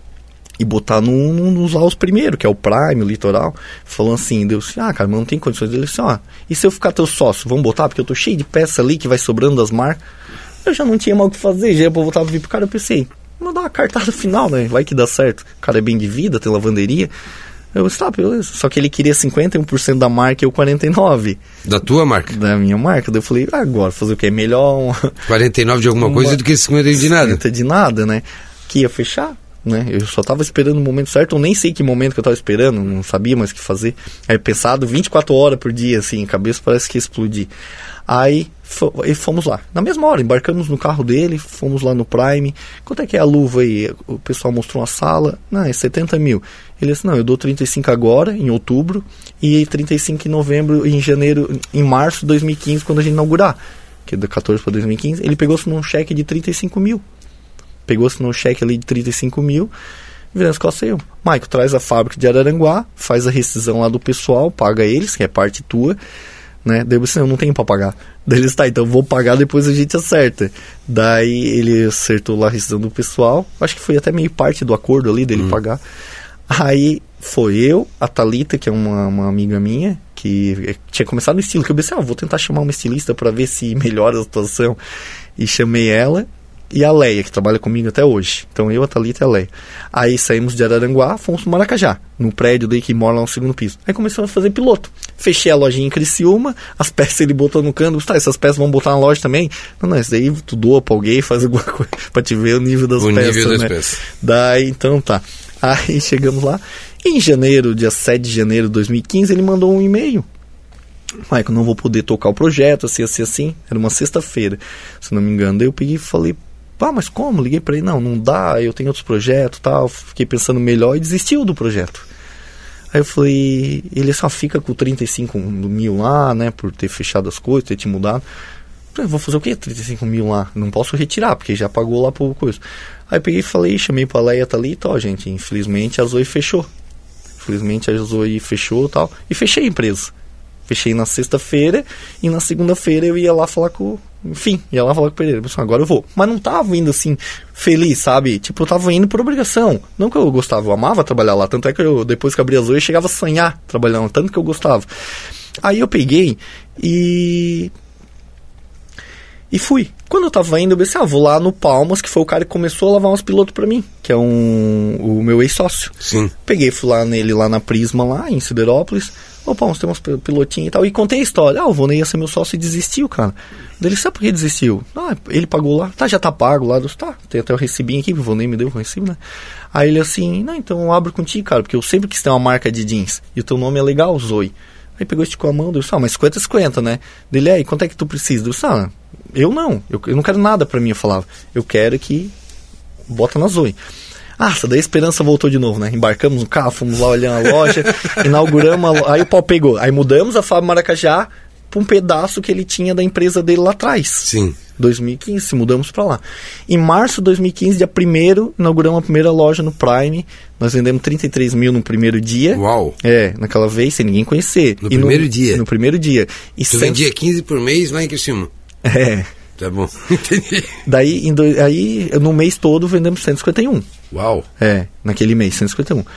e botar no, no, nos lá os primeiros, que é o Prime, o Litoral. Falando assim, deu assim, ah, cara, mas não tem condições. Dele assim, ó, e se eu ficar teu sócio, vamos botar? Porque eu tô cheio de peça ali que vai sobrando das marcas. Eu já não tinha mais o que fazer, já ia pra voltar pra vir pro cara, eu pensei, vou dar uma cartada final, né? Vai que dá certo. O cara é bem de vida, tem lavanderia. Eu disse, tá, beleza. Só que ele queria cinquenta e um por cento da marca e eu quarenta e nove por cento. Da tua marca? Da minha marca. Daí eu falei, ah, agora, fazer o que? É melhor... Um... quarenta e nove de alguma uma... coisa do que cinquenta de nada. cinquenta de nada, né? Que ia fechar, né? Eu só tava esperando o momento certo. Eu nem sei que momento que eu tava esperando. Não sabia mais o que fazer. Aí pensado vinte e quatro horas por dia, assim. A cabeça parece que ia explodir. Aí fomos lá, na mesma hora, embarcamos no carro dele, fomos lá no Prime. Quanto é que é a luva aí? O pessoal mostrou uma sala, não, é setenta mil. Ele disse, não, eu dou trinta e cinco agora, em outubro, e trinta e cinco em novembro, em janeiro, em março de dois mil e quinze, quando a gente inaugurar, que é de quatorze para dois mil e quinze. Ele pegou-se num cheque de trinta e cinco mil, pegou-se num cheque ali de trinta e cinco mil, virando as costas eu, Maico, traz a fábrica de Araranguá, faz a rescisão lá do pessoal, paga eles, que é parte tua, né? Daí eu disse, eu não tenho pra pagar. Daí ele disse, tá, então eu vou pagar, depois a gente acerta. Daí ele acertou lá a rescisão do pessoal, acho que foi até meio parte do acordo ali dele hum. pagar. Aí foi eu, a Thalita, que é uma, uma amiga minha, que tinha começado no estilo, que eu pensei, ah, vou tentar chamar uma estilista para ver se melhora a situação. E chamei ela e a Leia, que trabalha comigo até hoje. Então eu, a Thalita e a Leia. Aí saímos de Araranguá, fomos pro Maracajá, no prédio daí que mora lá no segundo piso. Aí começamos a fazer piloto. Fechei a lojinha em Criciúma, as peças ele botou no canto, tá, essas peças vão botar na loja também? Não, não, isso daí tu doa pra alguém, faz alguma coisa pra te ver o nível das o peças, nível das né? peças. Daí, então tá. Aí chegamos lá, em janeiro, dia sete de janeiro de dois mil e quinze, ele mandou um e-mail. Michael, não vou poder tocar o projeto, assim, assim, assim. Era uma sexta-feira, se não me engano. Daí eu peguei e falei, pá, mas como? Liguei pra ele, não, não dá, eu tenho outros projetos e tal. Fiquei pensando melhor e desistiu do projeto. Aí eu falei, ele só fica com trinta e cinco mil lá, né, por ter fechado as coisas, ter te mudado. Eu falei, vou fazer o quê? trinta e cinco mil lá? Não posso retirar, porque já pagou lá por coisa. Aí eu peguei e falei, chamei pra Leia, tá ali e tal, gente. Infelizmente a Zoe fechou. Infelizmente a Zoe fechou e tal. E fechei a empresa. Fechei na sexta-feira e na segunda-feira eu ia lá falar com... Enfim, ia lá falar com o Pereira. Pessoal, agora eu vou. Mas não tava indo assim, feliz, sabe? Tipo, eu tava indo por obrigação. Não que eu gostava, eu amava trabalhar lá. Tanto é que eu, depois que abri a Zoe, eu chegava a sonhar trabalhando. Tanto que eu gostava. Aí eu peguei e... E fui. Quando eu tava indo, eu pensei, ah, vou lá no Palmas, que foi o cara que começou a lavar uns pilotos pra mim, que é um, o meu ex-sócio. Sim. Peguei, fui lá nele, lá na Prisma, lá em Siderópolis. Ô, Palmas, tem umas pilotinhas e tal. E contei a história. Ah, o Vonei ia ser meu sócio e desistiu, cara. Ele, sabe por que desistiu? Ah, ele pagou lá. Tá, já tá pago lá. Disse, tá, tem até o recibinho aqui, o Vonei me deu o recibo, né? Aí ele assim, não, então eu abro contigo, cara, porque eu sempre quis ter uma marca de jeans. E o teu nome é legal, Zoe. Aí pegou, esticou a mão, disse, ah, mas cinquenta, cinquenta, né? Dele, aí, quanto é que tu precisa? Eu disse, ah, eu não, eu, eu não quero nada pra mim, eu falava. Eu quero que bota na Zoe. Ah, daí a esperança voltou de novo, né? Embarcamos no carro, fomos lá olhando a loja, inauguramos, a, aí o pau pegou. Aí mudamos a Fábio Maracajá pra um pedaço que ele tinha da empresa dele lá atrás. Sim. dois mil e quinze, mudamos pra lá. Em março de dois mil e quinze, dia primeiro, inauguramos a primeira loja no Prime. Nós vendemos trinta e três mil no primeiro dia. Uau! É, naquela vez, sem ninguém conhecer. No e primeiro no, dia? No primeiro dia. E tu sem... vendia quinze por mês lá em Criciúma? É. Tá bom, entendi. Daí, em do... aí, no mês todo, vendemos cento e cinquenta e um. Uau! É, naquele mês, cento e cinquenta e um.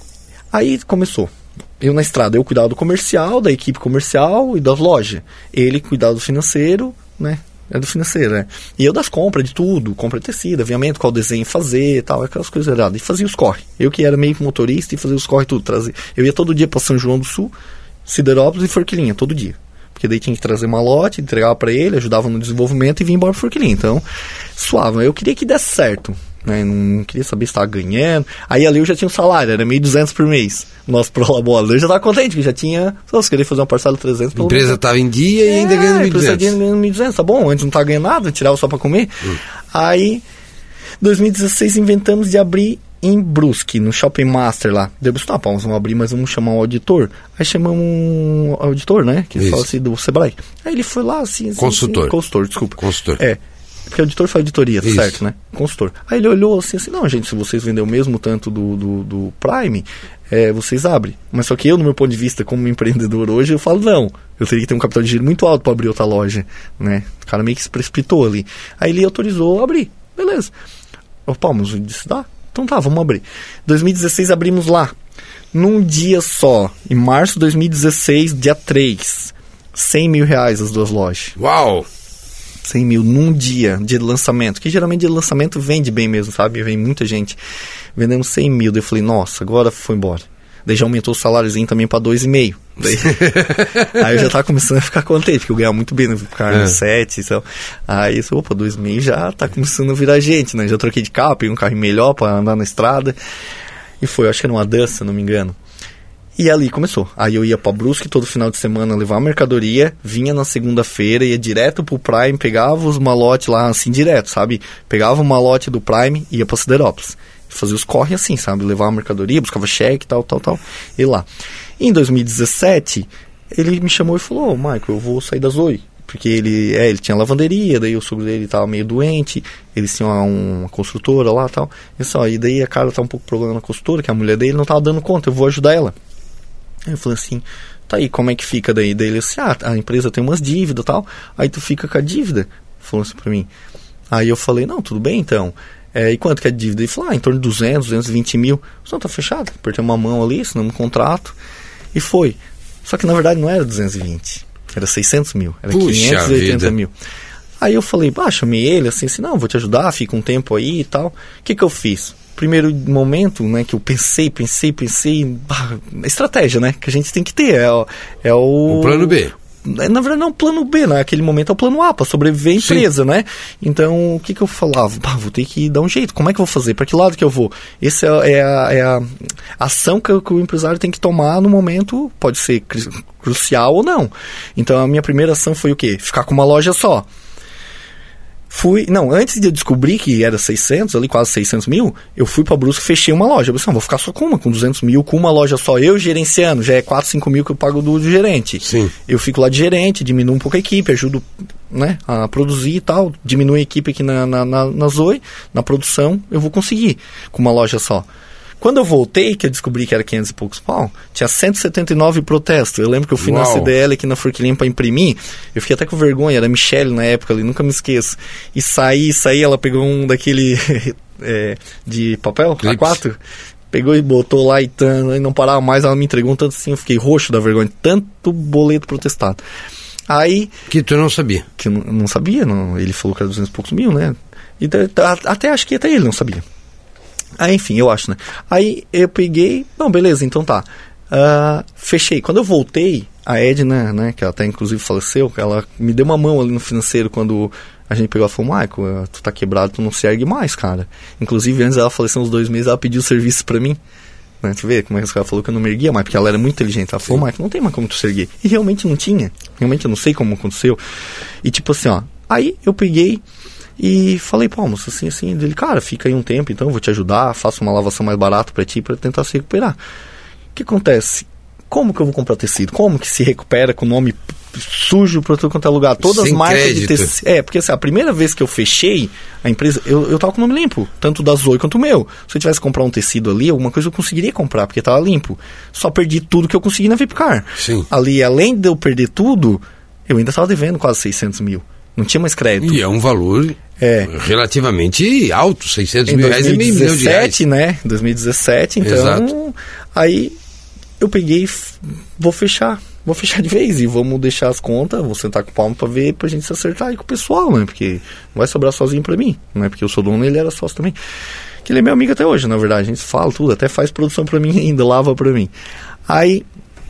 Aí começou. Eu na estrada, eu cuidava do comercial, da equipe comercial e das lojas. Ele cuidava do financeiro, né? É do financeiro, né? E eu das compras, de tudo. Compra de tecido, aviamento, qual desenho fazer e tal, aquelas coisas erradas. E fazia os corre. Eu que era meio motorista e fazia os corre tudo. Trazia. Eu ia todo dia para São João do Sul, Siderópolis e Forquilinha, todo dia. Porque daí tinha que trazer malote, entregava para ele, ajudava no desenvolvimento e vinha embora pro Forquilinha. Então, suave. Eu queria que desse certo. Né? Não queria saber se estava ganhando. Aí ali eu já tinha um salário, era mil e duzentos por mês. Nosso prolabora. Eu já estava contente, que já tinha. Só se queria fazer uma parcela de trezentos. A empresa estava em dia e ainda é, ganhando mil e duzentos. ganhando mil e duzentos, tá bom? Antes não estava ganhando nada, tirava só para comer. Hum. Aí, dois mil e dezesseis, inventamos de abrir em Brusque, no Shopping Master lá. Deu, tá, pá, vamos abrir, mas vamos chamar um auditor. Aí chamamos um auditor, né? Que fala assim do Sebrae. Aí ele foi lá assim. assim consultor. Assim, consultor, desculpa. Consultor. É. Porque auditor faz auditoria, Isso. certo, né? Consultor. Aí ele olhou assim, assim, não, gente, se vocês venderem o mesmo tanto do, do, do Prime, é, vocês abrem. Mas só que eu, no meu ponto de vista, como empreendedor hoje, eu falo, não, eu teria que ter um capital de giro muito alto para abrir outra loja, né? O cara meio que se precipitou ali. Aí ele autorizou a abrir. Beleza. Eu, pô, mas disse, dá? Então tá, vamos abrir. dois mil e dezesseis abrimos lá. Num dia só, em março de dois mil e dezesseis, dia três, cem mil reais as duas lojas. Uau! cem mil num dia, dia de lançamento. Que geralmente dia de lançamento vende bem mesmo, sabe? Vem muita gente. Vendemos cem mil. Daí eu falei, nossa, agora foi embora. Daí já aumentou o saláriozinho também para dois e meio. Daí... Aí eu já tava começando a ficar contente, porque eu ganhava muito bem no carro é. sete. Então... Aí eu falei, opa, dois e meio já tá começando a virar gente, né? Já troquei de carro, peguei um carro melhor para andar na estrada. E foi, eu acho que era uma dança, se não me engano. E ali começou. Aí eu ia pra Brusque todo final de semana levar a mercadoria, vinha na segunda-feira, ia direto pro Prime, pegava os malotes lá assim direto, sabe? Pegava o malote do Prime e ia pra Siderópolis. Fazia os corre assim, sabe? Levava a mercadoria, buscava cheque, tal, tal, tal. E lá. Em dois mil e dezessete, ele me chamou e falou, ô, Michael, eu vou sair da Zoe. Porque ele, é, ele tinha lavanderia, daí o sogro dele tava meio doente, eles tinham uma, uma construtora lá e tal. E só, e daí a cara tá um pouco problema na construtora, que a mulher dele não tava dando conta, eu vou ajudar ela. Aí eu falei assim, tá aí, como é que fica daí? Daí ele disse, ah, a empresa tem umas dívidas e tal, aí tu fica com a dívida. Falou assim pra mim. Aí eu falei, não, tudo bem então. É, e quanto que é a dívida? Ele falou, ah, em torno de duzentos, duzentos e vinte mil. Eu disse, não, tá fechado. Apertei uma mão ali, assinamos um contrato. E foi. Só que na verdade não era duzentos e vinte, era seiscentos mil, era Puxa quinhentos e oitenta vida. mil. Aí eu falei, bah, chamei ele, assim, assim, não, vou te ajudar, fica um tempo aí e tal. O que que eu fiz? Primeiro momento, né, que eu pensei, pensei, pensei, bah, estratégia, né, que a gente tem que ter, é, o- é o... O plano B. Na verdade não é o plano B, né, naquele momento é o plano A, para sobreviver a empresa, né. Então, o que que eu falava? Bah, vou ter que dar um jeito, como é que eu vou fazer? Para que lado que eu vou? Essa é, é a, é a ação que, que o empresário tem que tomar no momento, pode ser cru- crucial ou não. Então, a minha primeira ação foi o quê? Ficar com uma loja só. Fui, não, antes de eu descobrir que era seiscentos, ali quase seiscentos mil, eu fui pra Brusque e fechei uma loja. Eu pensei, não, vou ficar só com uma, com duzentos mil, com uma loja só, eu gerenciando, já é quatro, cinco mil que eu pago do, do gerente. Sim. Eu fico lá de gerente, diminuo um pouco a equipe, ajudo, né, a produzir e tal, diminuo a equipe aqui na, na, na, na Zoe, na produção, eu vou conseguir, com uma loja só. Quando eu voltei, que eu descobri que era quinhentos e poucos pau, tinha cento e setenta e nove protestos. Eu lembro que eu fui Uau. na C D L aqui na Forquilinha pra imprimir. Eu fiquei até com vergonha, era a Michelle na época ali, nunca me esqueço. E saí, saí, ela pegou um daquele é, de papel, Clips. A quatro, pegou e botou lá e, tan, e não parava mais, ela me entregou um tanto assim, eu fiquei roxo da vergonha, tanto boleto protestado. Aí, Que tu não sabia. que eu não, não sabia, não, ele falou que era duzentos e poucos mil, né? E da- da- até acho que até ele não sabia. Aí, enfim, eu acho, né? Aí eu peguei, não, beleza, então tá. Ah, fechei. Quando eu voltei, a Edna, né, que ela até inclusive faleceu, ela me deu uma mão ali no financeiro quando a gente pegou e falou, Michael, tu tá quebrado, tu não se ergue mais, cara. Inclusive, antes dela falecer uns dois meses, ela pediu serviço pra mim. Né, tu vê como é que ela falou que eu não me erguia mais, porque ela era muito inteligente. Ela falou, Michael, não tem mais como tu se erguer. E realmente não tinha. Realmente eu não sei como aconteceu. E tipo assim, ó, aí eu peguei e falei, pô, moço, assim, assim, dele, cara, fica aí um tempo, então eu vou te ajudar, faço uma lavação mais barata pra ti, pra tentar se recuperar. O que acontece? Como que eu vou comprar tecido? Como que se recupera com o nome p- sujo pra tudo quanto é lugar? Todas Sem as marcas crédito. de tecido. É, porque assim, a primeira vez que eu fechei a empresa, eu, eu tava com o nome limpo, tanto da Zoe quanto o meu. Se eu tivesse que comprar um tecido ali, alguma coisa eu conseguiria comprar, porque tava limpo. Só perdi tudo que eu consegui na Vipcar. Sim. Ali, além de eu perder tudo, eu ainda tava devendo quase seiscentos mil. Não tinha mais crédito. E é um valor É. relativamente alto, seiscentos Em mil reais é meio milhão de reais. dois mil e dezessete, né? dois mil e dezessete, então... Exato. Aí eu peguei e f- vou fechar. Vou fechar de vez e vamos deixar as contas, vou sentar com o palmo pra ver, pra gente se acertar aí com o pessoal, né? Porque não vai sobrar sozinho pra mim, não é porque eu sou dono, ele era sócio também. Que ele é meu amigo até hoje, na verdade. A gente fala tudo, até faz produção pra mim ainda, lava pra mim. Aí...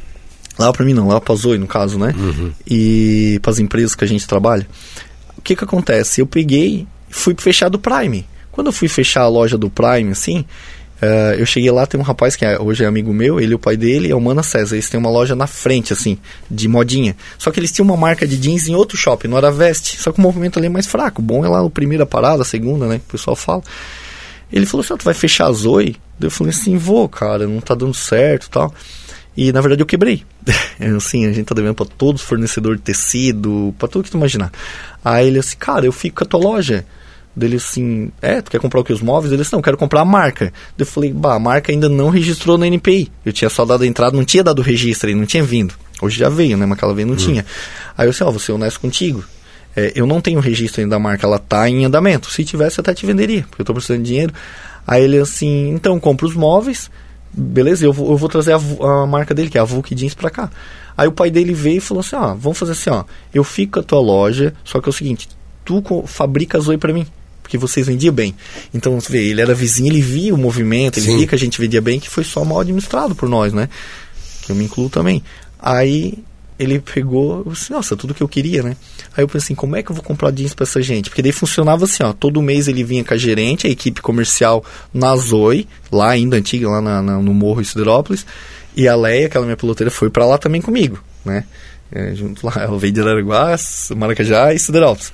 Lava pra mim não, lava pra Zoe, no caso, né? Uhum. E pras empresas que a gente trabalha. O que que acontece? Eu peguei e fui fechar do Prime. Quando eu fui fechar a loja do Prime, assim, uh, eu cheguei lá, tem um rapaz que é, hoje é amigo meu, ele e o pai dele, é o Mana César. Eles têm uma loja na frente, assim, de modinha. Só que eles tinham uma marca de jeans em outro shopping, no Araveste. Só que o movimento ali é mais fraco. O bom é lá no primeira parada, a segunda, né? Que o pessoal fala. Ele falou assim, ah, tu vai fechar a Zoe? Eu falei assim, vou, cara, não tá dando certo e tal. E na verdade eu quebrei. Assim, a gente tá devendo pra todos os fornecedores de tecido, pra tudo que tu imaginar. Aí ele assim, cara, eu fico com a tua loja. Dele assim, é, tu quer comprar o que? Os móveis? Ele assim, não, eu quero comprar a marca. Eu falei, bah, a marca ainda não registrou na N P I. Eu tinha só dado a entrada, não tinha dado o registro aí, não tinha vindo. Hoje já veio, né, mas aquela vez não hum. tinha. Aí eu disse, ó, oh, vou ser honesto contigo. É, eu não tenho registro ainda da marca, ela tá em andamento. Se tivesse, eu até te venderia, porque eu tô precisando de dinheiro. Aí ele assim, então, compra os móveis. Beleza, eu vou, eu vou trazer a, a marca dele, que é a Vulk Jeans, pra cá. Aí o pai dele veio e falou assim, ó, vamos fazer assim, ó, eu fico com a tua loja, só que é o seguinte, tu fabrica a Zoe pra mim, porque vocês vendiam bem. Então, você vê, ele era vizinho, ele via o movimento, ele Sim. via que a gente vendia bem, que foi só mal administrado por nós, né? Que eu me incluo também. Aí ele pegou, eu disse, nossa, tudo que eu queria, né? Aí eu pensei assim, como é que eu vou comprar jeans pra essa gente? Porque daí funcionava assim, ó, todo mês ele vinha com a gerente, a equipe comercial na Zoe, lá ainda antiga, lá na, na, no Morro em Siderópolis, e a Leia, aquela minha piloteira, foi pra lá também comigo, né? É, junto lá, ela veio de Araranguá, Maracajá e Siderópolis.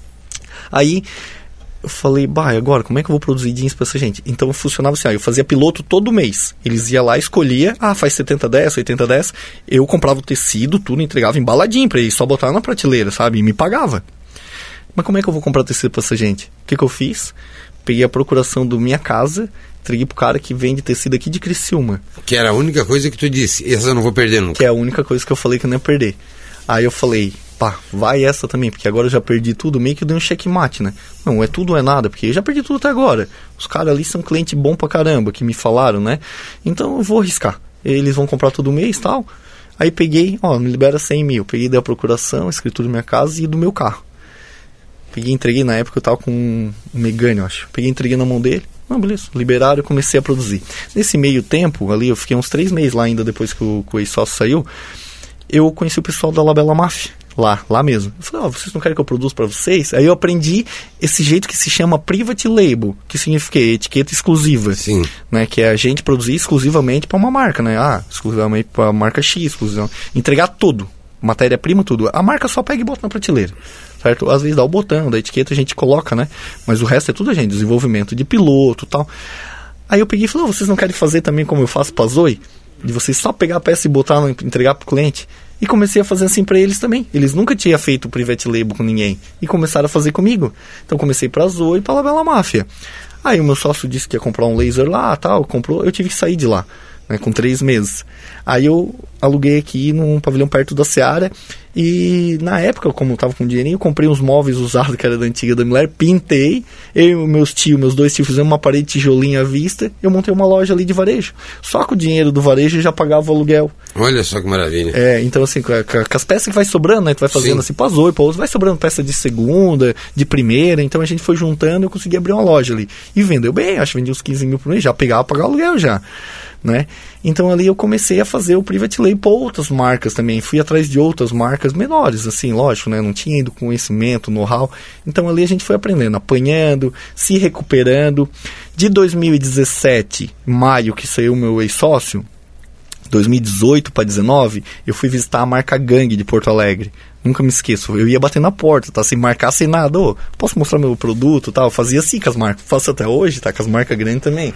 Aí eu falei, bah, agora, como é que eu vou produzir jeans pra essa gente? Então funcionava assim, ó, eu fazia piloto todo mês. Eles iam lá, escolhia, ah, faz setenta dez, oitenta dez. Eu comprava o tecido, tudo, entregava embaladinho pra eles, só botava na prateleira, sabe? E me pagava. Mas como é que eu vou comprar tecido pra essa gente? O que que eu fiz? Peguei a procuração do Minha Casa, entreguei pro cara que vende tecido aqui de Criciúma. Que era a única coisa que tu disse, essa eu não vou perder nunca. Que é a única coisa que eu falei que eu não ia perder. Aí eu falei, pá, vai essa também, porque agora eu já perdi tudo, meio que eu dei um checkmate, né? Não, é tudo ou é nada, porque eu já perdi tudo até agora. Os caras ali são cliente bom pra caramba, que me falaram, né? Então eu vou arriscar. Eles vão comprar todo mês e tal. Aí peguei, ó, me libera cem mil. Peguei da procuração, escritura da minha casa e do meu carro. Peguei, entreguei, na época eu tava com um Megane, eu acho. Peguei, entreguei na mão dele. Não, beleza, liberaram e comecei a produzir. Nesse meio tempo, ali, eu fiquei uns três meses lá ainda, depois que o, que o ex-sócio saiu, eu conheci o pessoal da Labela Máfia, lá, lá mesmo. Eu falei, ó, oh, vocês não querem que eu produza pra vocês? Aí eu aprendi esse jeito que se chama Private Label, que significa etiqueta exclusiva. Sim. Né, que é a gente produzir exclusivamente para uma marca, né? Ah, exclusivamente para a marca X, exclusivamente. Entregar tudo, matéria-prima, tudo. A marca só pega e bota na prateleira. Certo? Às vezes dá o botão, da etiqueta a gente coloca, né? Mas o resto é tudo a gente, desenvolvimento de piloto e tal. Aí eu peguei e falei, oh, vocês não querem fazer também como eu faço pra Zoe? De vocês só pegar a peça e botar, entregar pro cliente? E comecei a fazer assim pra eles também. Eles nunca tinham feito private label com ninguém. E começaram a fazer comigo. Então comecei pra Zoe e pra Labela Máfia. Aí o meu sócio disse que ia comprar um laser lá, tal, comprou, eu tive que sair de lá. Né, com três meses. Aí eu aluguei aqui num pavilhão perto da Seara e na época, como eu tava com dinheirinho, eu comprei uns móveis usados que era da antiga da Miller, pintei, eu e meus tios, meus dois tios fizemos uma parede de tijolinho à vista, eu montei uma loja ali de varejo. Só com o dinheiro do varejo eu já pagava o aluguel. Olha só que maravilha. É, então assim, com, com as peças que vai sobrando, né, tu vai fazendo Sim. assim, pra Zoe, pra outros, vai sobrando peça de segunda, de primeira, então a gente foi juntando e eu consegui abrir uma loja ali. E vendeu bem, acho que vendi uns quinze mil por mês, já pegava pra pagar o aluguel já. Né? Então ali eu comecei a fazer o private label para outras marcas também, fui atrás de outras marcas menores, assim, lógico, né? Não tinha ainda conhecimento, know-how, então ali a gente foi aprendendo, apanhando, se recuperando. De dois mil e dezessete, maio, que saiu o meu ex-sócio, dois mil e dezoito para dezenove, eu fui visitar a marca Gang de Porto Alegre. Nunca me esqueço, eu ia bater na porta, tá? Sem marcar, sem nada. Ô, posso mostrar meu produto, tal? Eu fazia assim com as marcas, faço até hoje, tá? Com as marcas grandes também.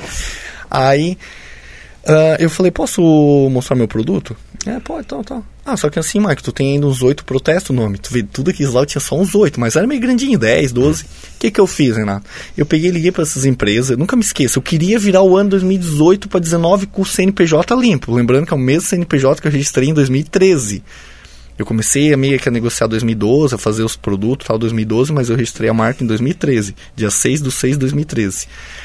Aí Uh, eu falei, posso mostrar meu produto? É, pode, tal, tal. Ah, só que assim, Mike, tu tem ainda uns oito protestos o nome. Tu vê, tudo aqui lá eu tinha só uns oito, mas era meio grandinho, dez, doze. O que que eu fiz, Renato? Eu peguei e liguei para essas empresas, eu nunca me esqueço, eu queria virar o ano dois mil e dezoito para dezenove com o C N P J limpo. Lembrando que é o mesmo C N P J que eu registrei em dois mil e treze. Eu comecei a meio que a negociar em dois mil e doze, a fazer os produtos, tal, dois mil e doze, mas eu registrei a marca em dois mil e treze, dia seis de seis de dois mil e treze.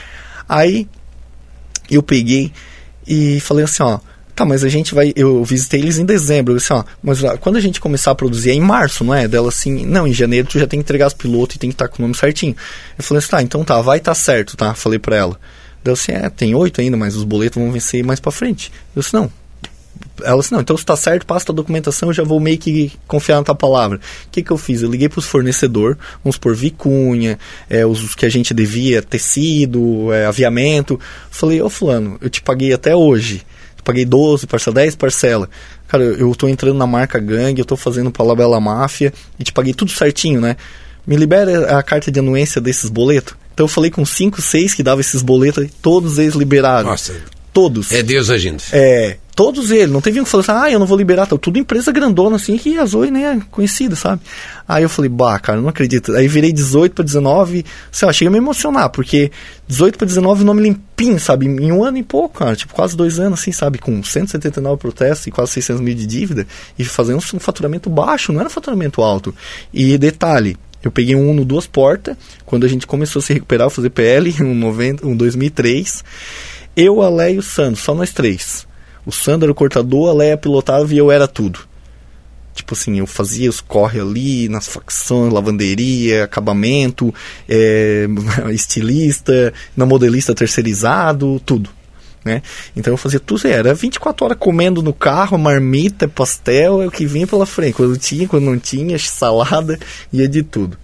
Aí, eu peguei e falei assim, ó, tá, mas a gente vai, eu visitei eles em dezembro, eu disse, ó, mas quando a gente começar a produzir é em março, não é? Dela assim, não, em janeiro tu já tem que entregar os pilotos e tem que estar com o nome certinho. Eu falei assim, tá, então tá, vai tá certo, tá? Falei pra ela. Dela assim, é, tem oito ainda, mas os boletos vão vencer mais pra frente. Eu disse, não. Ela disse, não, então se tá certo, passa a documentação, eu já vou meio que confiar na tua palavra. O que que eu fiz? Eu liguei pros fornecedores, vamos por vicunha, é, os que a gente devia, tecido, é, aviamento. Falei, ô fulano, eu te paguei até hoje. Paguei doze, parcela dez, parcela. Cara, eu, eu tô entrando na marca Gang, eu tô fazendo pra Labela Máfia e te paguei tudo certinho, né? Me libera a carta de anuência desses boletos. Então eu falei com cinco, seis que dava esses boletos, todos eles liberaram. Nossa. Todos. É Deus agindo. É, todos eles. Não teve um que falou assim, ah, eu não vou liberar. Tá, tudo empresa grandona, assim, que a Zoe nem é conhecida, sabe? Aí eu falei, bah, cara, não acredito. Aí virei dezoito para dezenove, sei lá, cheguei a me emocionar, porque dezoito para dezenove, nome limpinho, sabe? Em um ano e pouco, cara, tipo, quase dois anos, assim, sabe? Com cento e setenta e nove protestos e quase seiscentos mil de dívida, e fazendo um faturamento baixo, não era faturamento alto. E detalhe, eu peguei um Uno duas portas, quando a gente começou a se recuperar, fazer P L, um, noventa, um dois mil e três, eu, a Leia e o Sandro, só nós três. O Sandro era o cortador, a Leia pilotava e eu era tudo. Tipo assim, eu fazia os corre ali, nas facções, lavanderia, acabamento, é, estilista, na modelista terceirizado, tudo. Né? Então eu fazia tudo, era vinte e quatro horas comendo no carro, marmita, pastel, é o que vinha pela frente. Quando tinha, quando não tinha, salada, ia de tudo.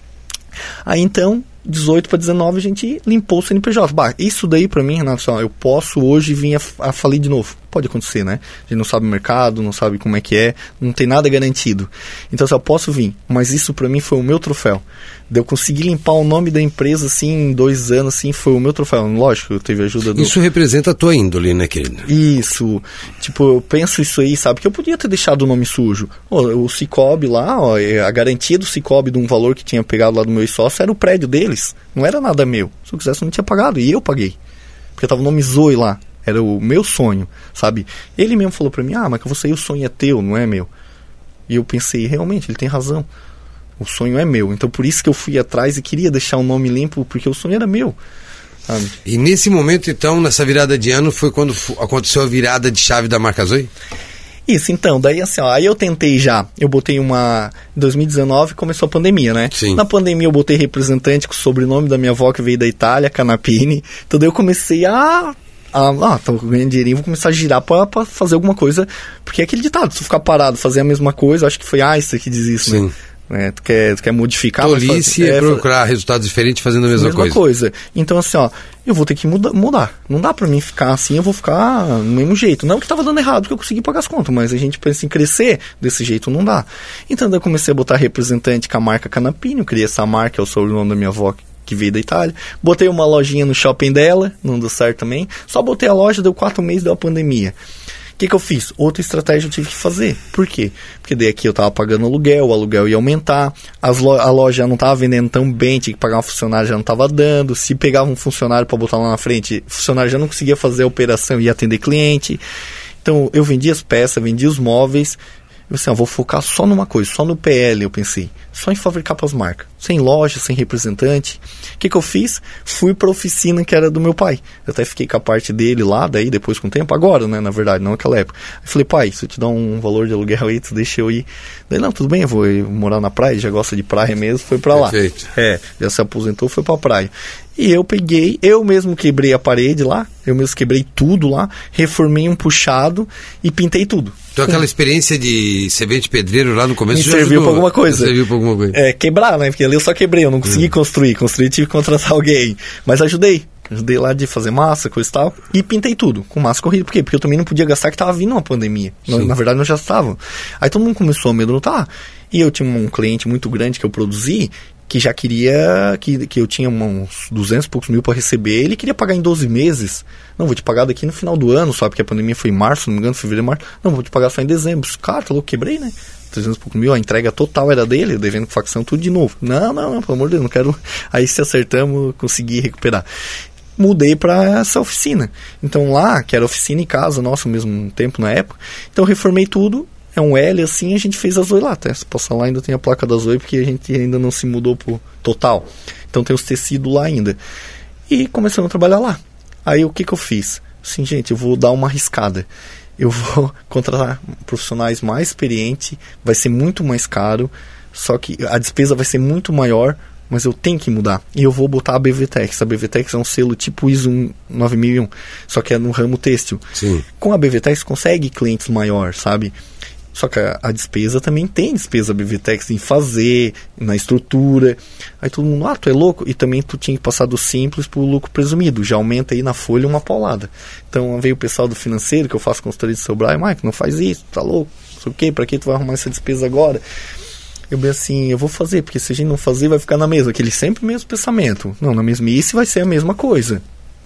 Aí então, dezoito para dezenove, a gente limpou o C N P J. Bah, isso daí pra mim, Renato, eu posso hoje vir a, a falir de novo. Pode acontecer, né? A gente não sabe o mercado, não sabe como é que é, não tem nada garantido. Então, assim, eu posso vir, mas isso pra mim foi o meu troféu. De eu conseguir limpar o nome da empresa, assim, em dois anos, assim, foi o meu troféu. Lógico, eu teve ajuda do... Isso representa a tua índole, né, querido? Isso. Tipo, eu penso isso aí, sabe? Que eu podia ter deixado o nome sujo. Ó, o Cicobi lá, ó, a garantia do Cicobi de um valor que tinha pegado lá do meu sócio era o prédio deles. Não era nada meu. Se eu quisesse, eu não tinha pagado. E eu paguei. Porque tava o nome Zoe lá. Era o meu sonho, sabe? Ele mesmo falou pra mim, ah, mas que você aí o sonho é teu, não é meu. E eu pensei, realmente, ele tem razão. O sonho é meu. Então por isso que eu fui atrás e queria deixar o nome limpo, porque o sonho era meu. Sabe? E nesse momento, então, nessa virada de ano, foi quando f- aconteceu a virada de chave da marca Zoe? Isso, então, daí assim, ó, aí eu tentei já, eu botei uma, em dois mil e dezenove começou a pandemia, né? Sim. Na pandemia eu botei representante com o sobrenome da minha avó que veio da Itália, Canapini, então daí eu comecei a, a ah, tô ganhando dinheirinho, vou começar a girar pra, pra fazer alguma coisa, porque é aquele ditado, se tu ficar parado, fazer a mesma coisa, acho que foi Einstein que diz isso, Sim. né? É, tu, quer, tu quer modificar... Tolice é procurar resultados diferentes fazendo a mesma, mesma coisa. coisa. Então, assim, ó, eu vou ter que muda, mudar. Não dá pra mim ficar assim, eu vou ficar do mesmo jeito. Não que tava dando errado, porque eu consegui pagar as contas, mas a gente pensa em crescer, desse jeito não dá. Então, daí eu comecei a botar representante com a marca Canapini, eu criei essa marca, é o sobrenome da minha avó, que veio da Itália. Botei uma lojinha no shopping dela, não deu certo também. Só botei a loja, deu quatro meses, deu a pandemia. O que que eu fiz? Outra estratégia eu tive que fazer. Por quê? Porque daí aqui eu tava pagando aluguel, o aluguel ia aumentar, as lo- a loja já não tava vendendo tão bem, tinha que pagar um funcionário, já não tava dando. Se pegava um funcionário para botar lá na frente, o funcionário já não conseguia fazer a operação e atender cliente. Então eu vendia as peças, vendia os móveis. Eu assim, ó, vou focar só numa coisa, só no P L, eu pensei. Só em fabricar para as marcas. Sem loja, sem representante. O que que eu fiz? Fui para a oficina que era do meu pai. Eu até fiquei com a parte dele lá, daí depois com o tempo. Agora, né, na verdade, não naquela época. Eu falei, pai, se eu te dar um valor de aluguel aí, tu deixa eu ir. Daí, não, tudo bem, eu vou morar na praia, já gosta de praia mesmo, foi para lá. Perfeito. É, já se aposentou, foi para a praia. E eu peguei, eu mesmo quebrei a parede lá, eu mesmo quebrei tudo lá, reformei um puxado e pintei tudo. Então aquela experiência de servente pedreiro lá no começo Me já serviu ajudou, pra alguma coisa. Serviu pra alguma coisa. É, quebrar, né? Porque ali eu só quebrei, eu não consegui hum. construir. Construir, tive que contratar alguém. Mas ajudei. Ajudei lá de fazer massa, coisa e tal. E pintei tudo, com massa corrida. Por quê? Porque eu também não podia gastar, que tava vindo uma pandemia. Na, na verdade, nós já estávamos. Aí todo mundo começou a amedrontar. E eu tinha um cliente muito grande que eu produzi, que já queria, que, que eu tinha uns duzentos e poucos mil para receber, ele queria pagar em doze meses. Não, vou te pagar daqui no final do ano, só porque a pandemia foi em março, não me engano, fevereiro, março. Não, vou te pagar só em dezembro. Cara, tá louco, quebrei, né? trezentos e poucos mil, a entrega total era dele, devendo facção tudo de novo. Não, não, não, pelo amor de Deus, não quero. Aí se acertamos, consegui recuperar. Mudei para essa oficina. Então lá, que era oficina e casa, nossa, ao mesmo tempo na época. Então reformei tudo. É um L assim, a gente fez a Zoe lá. Até se passar lá ainda tem a placa da Zoe, porque a gente ainda não se mudou pro total. Então tem os tecidos lá ainda. E começando a trabalhar lá. Aí o que que eu fiz? Assim, gente, eu vou dar uma arriscada. Eu vou contratar profissionais mais experientes, vai ser muito mais caro, só que a despesa vai ser muito maior, mas eu tenho que mudar. E eu vou botar a B V Tex. A B V Tex é um selo tipo I S O nove mil e um, só que é no ramo têxtil. Sim. Com a B V Tex consegue clientes maior, sabe? Só que a, a despesa também tem despesa B V Tex em fazer, na estrutura. Aí todo mundo, ah, tu é louco? E também tu tinha que passar do simples pro lucro presumido. Já aumenta aí na folha uma paulada. Então veio o pessoal do financeiro, que eu faço consultoria de seu Brian, Mike, não faz isso, tá louco? Não sei o quê, pra que tu vai arrumar essa despesa agora? Eu bem assim, eu vou fazer, porque se a gente não fazer, vai ficar na mesma. Aquele sempre mesmo pensamento. Não, na mesmice vai ser a mesma coisa.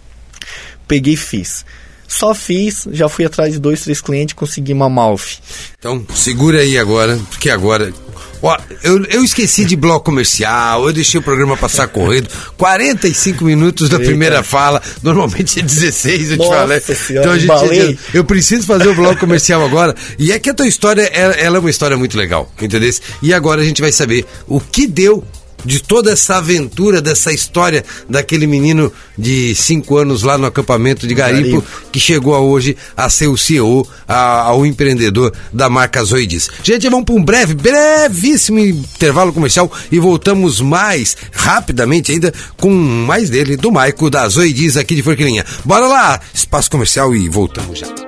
Peguei e fiz. Só fiz, já fui atrás de dois, três clientes, consegui uma Malfi. Então, segura aí agora, porque agora... Ó, eu, eu esqueci de bloco comercial, eu deixei o programa passar correndo. quarenta e cinco minutos da Eita. primeira fala, normalmente é dezesseis, eu Nossa te falei. Senhora, então a gente, eu, eu preciso fazer o bloco comercial agora. E é que a tua história, ela, ela é uma história muito legal, entendeu? E agora a gente vai saber o que deu de toda essa aventura, dessa história daquele menino de cinco anos lá no acampamento de Garimpo, Garimpo. que chegou a hoje a ser o C E O, a, ao empreendedor da marca Zoidis. Gente, vamos para um breve, brevíssimo intervalo comercial e voltamos mais rapidamente ainda com mais dele, do Maico da Zoidis aqui de Forquilinha. Bora lá, espaço comercial e voltamos já.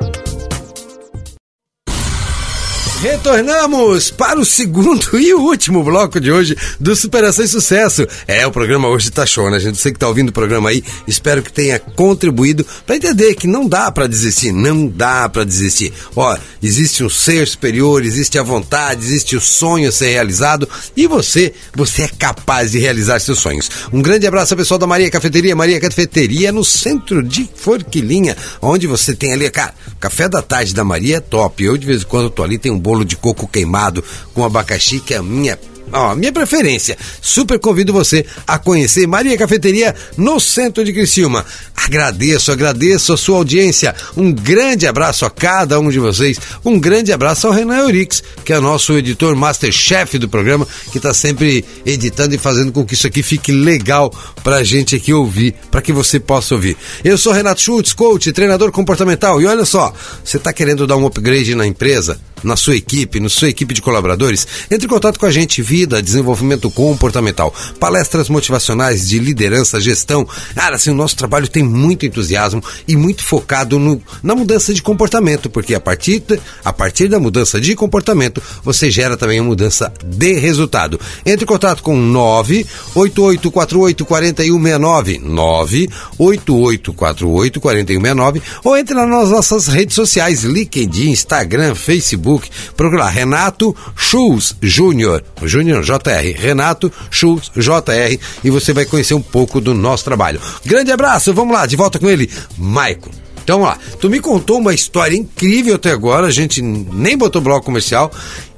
Retornamos para o segundo e último bloco de hoje do Superação e Sucesso. É, o programa hoje tá show, né, gente? Você que tá ouvindo o programa aí, espero que tenha contribuído para entender que não dá para desistir, não dá para desistir. Ó, existe um ser superior, existe a vontade, existe o sonho a ser realizado e você, você é capaz de realizar seus sonhos. Um grande abraço ao pessoal da Maria Cafeteria. Maria Cafeteria no centro de Forquilinha, onde você tem ali, cara, café da tarde da Maria é top. Eu de vez em quando tô ali, tem um bolo de coco queimado com abacaxi, que é a minha, ó, minha preferência. Super convido você a conhecer Maria Cafeteria no centro de Criciúma. Agradeço, agradeço a sua audiência. Um grande abraço a cada um de vocês. Um grande abraço ao Renan Eurix, que é nosso editor masterchef do programa, que está sempre editando e fazendo com que isso aqui fique legal pra gente aqui ouvir, para que você possa ouvir. Eu sou Renato Schultz, coach, treinador comportamental. E olha só, você está querendo dar um upgrade na empresa? na sua equipe, na sua equipe de colaboradores, entre em contato com a gente. Vida, desenvolvimento comportamental, palestras motivacionais de liderança, gestão. Cara, assim, o nosso trabalho tem muito entusiasmo e muito focado no, na mudança de comportamento, porque a partir, de, a partir da mudança de comportamento, você gera também a mudança de resultado. Entre em contato com nove oito oito quatro oito quatro um seis nove, nove oito oito quatro oito quatro um seis nove, ou entre nas nossas redes sociais, LinkedIn, Instagram, Facebook, procura Renato Schultz Júnior, Júnior J R, Renato Schultz J R, e você vai conhecer um pouco do nosso trabalho. Grande abraço, vamos lá, de volta com ele, Maicon. Então, vamos lá, tu me contou uma história incrível até agora, a gente nem botou bloco comercial,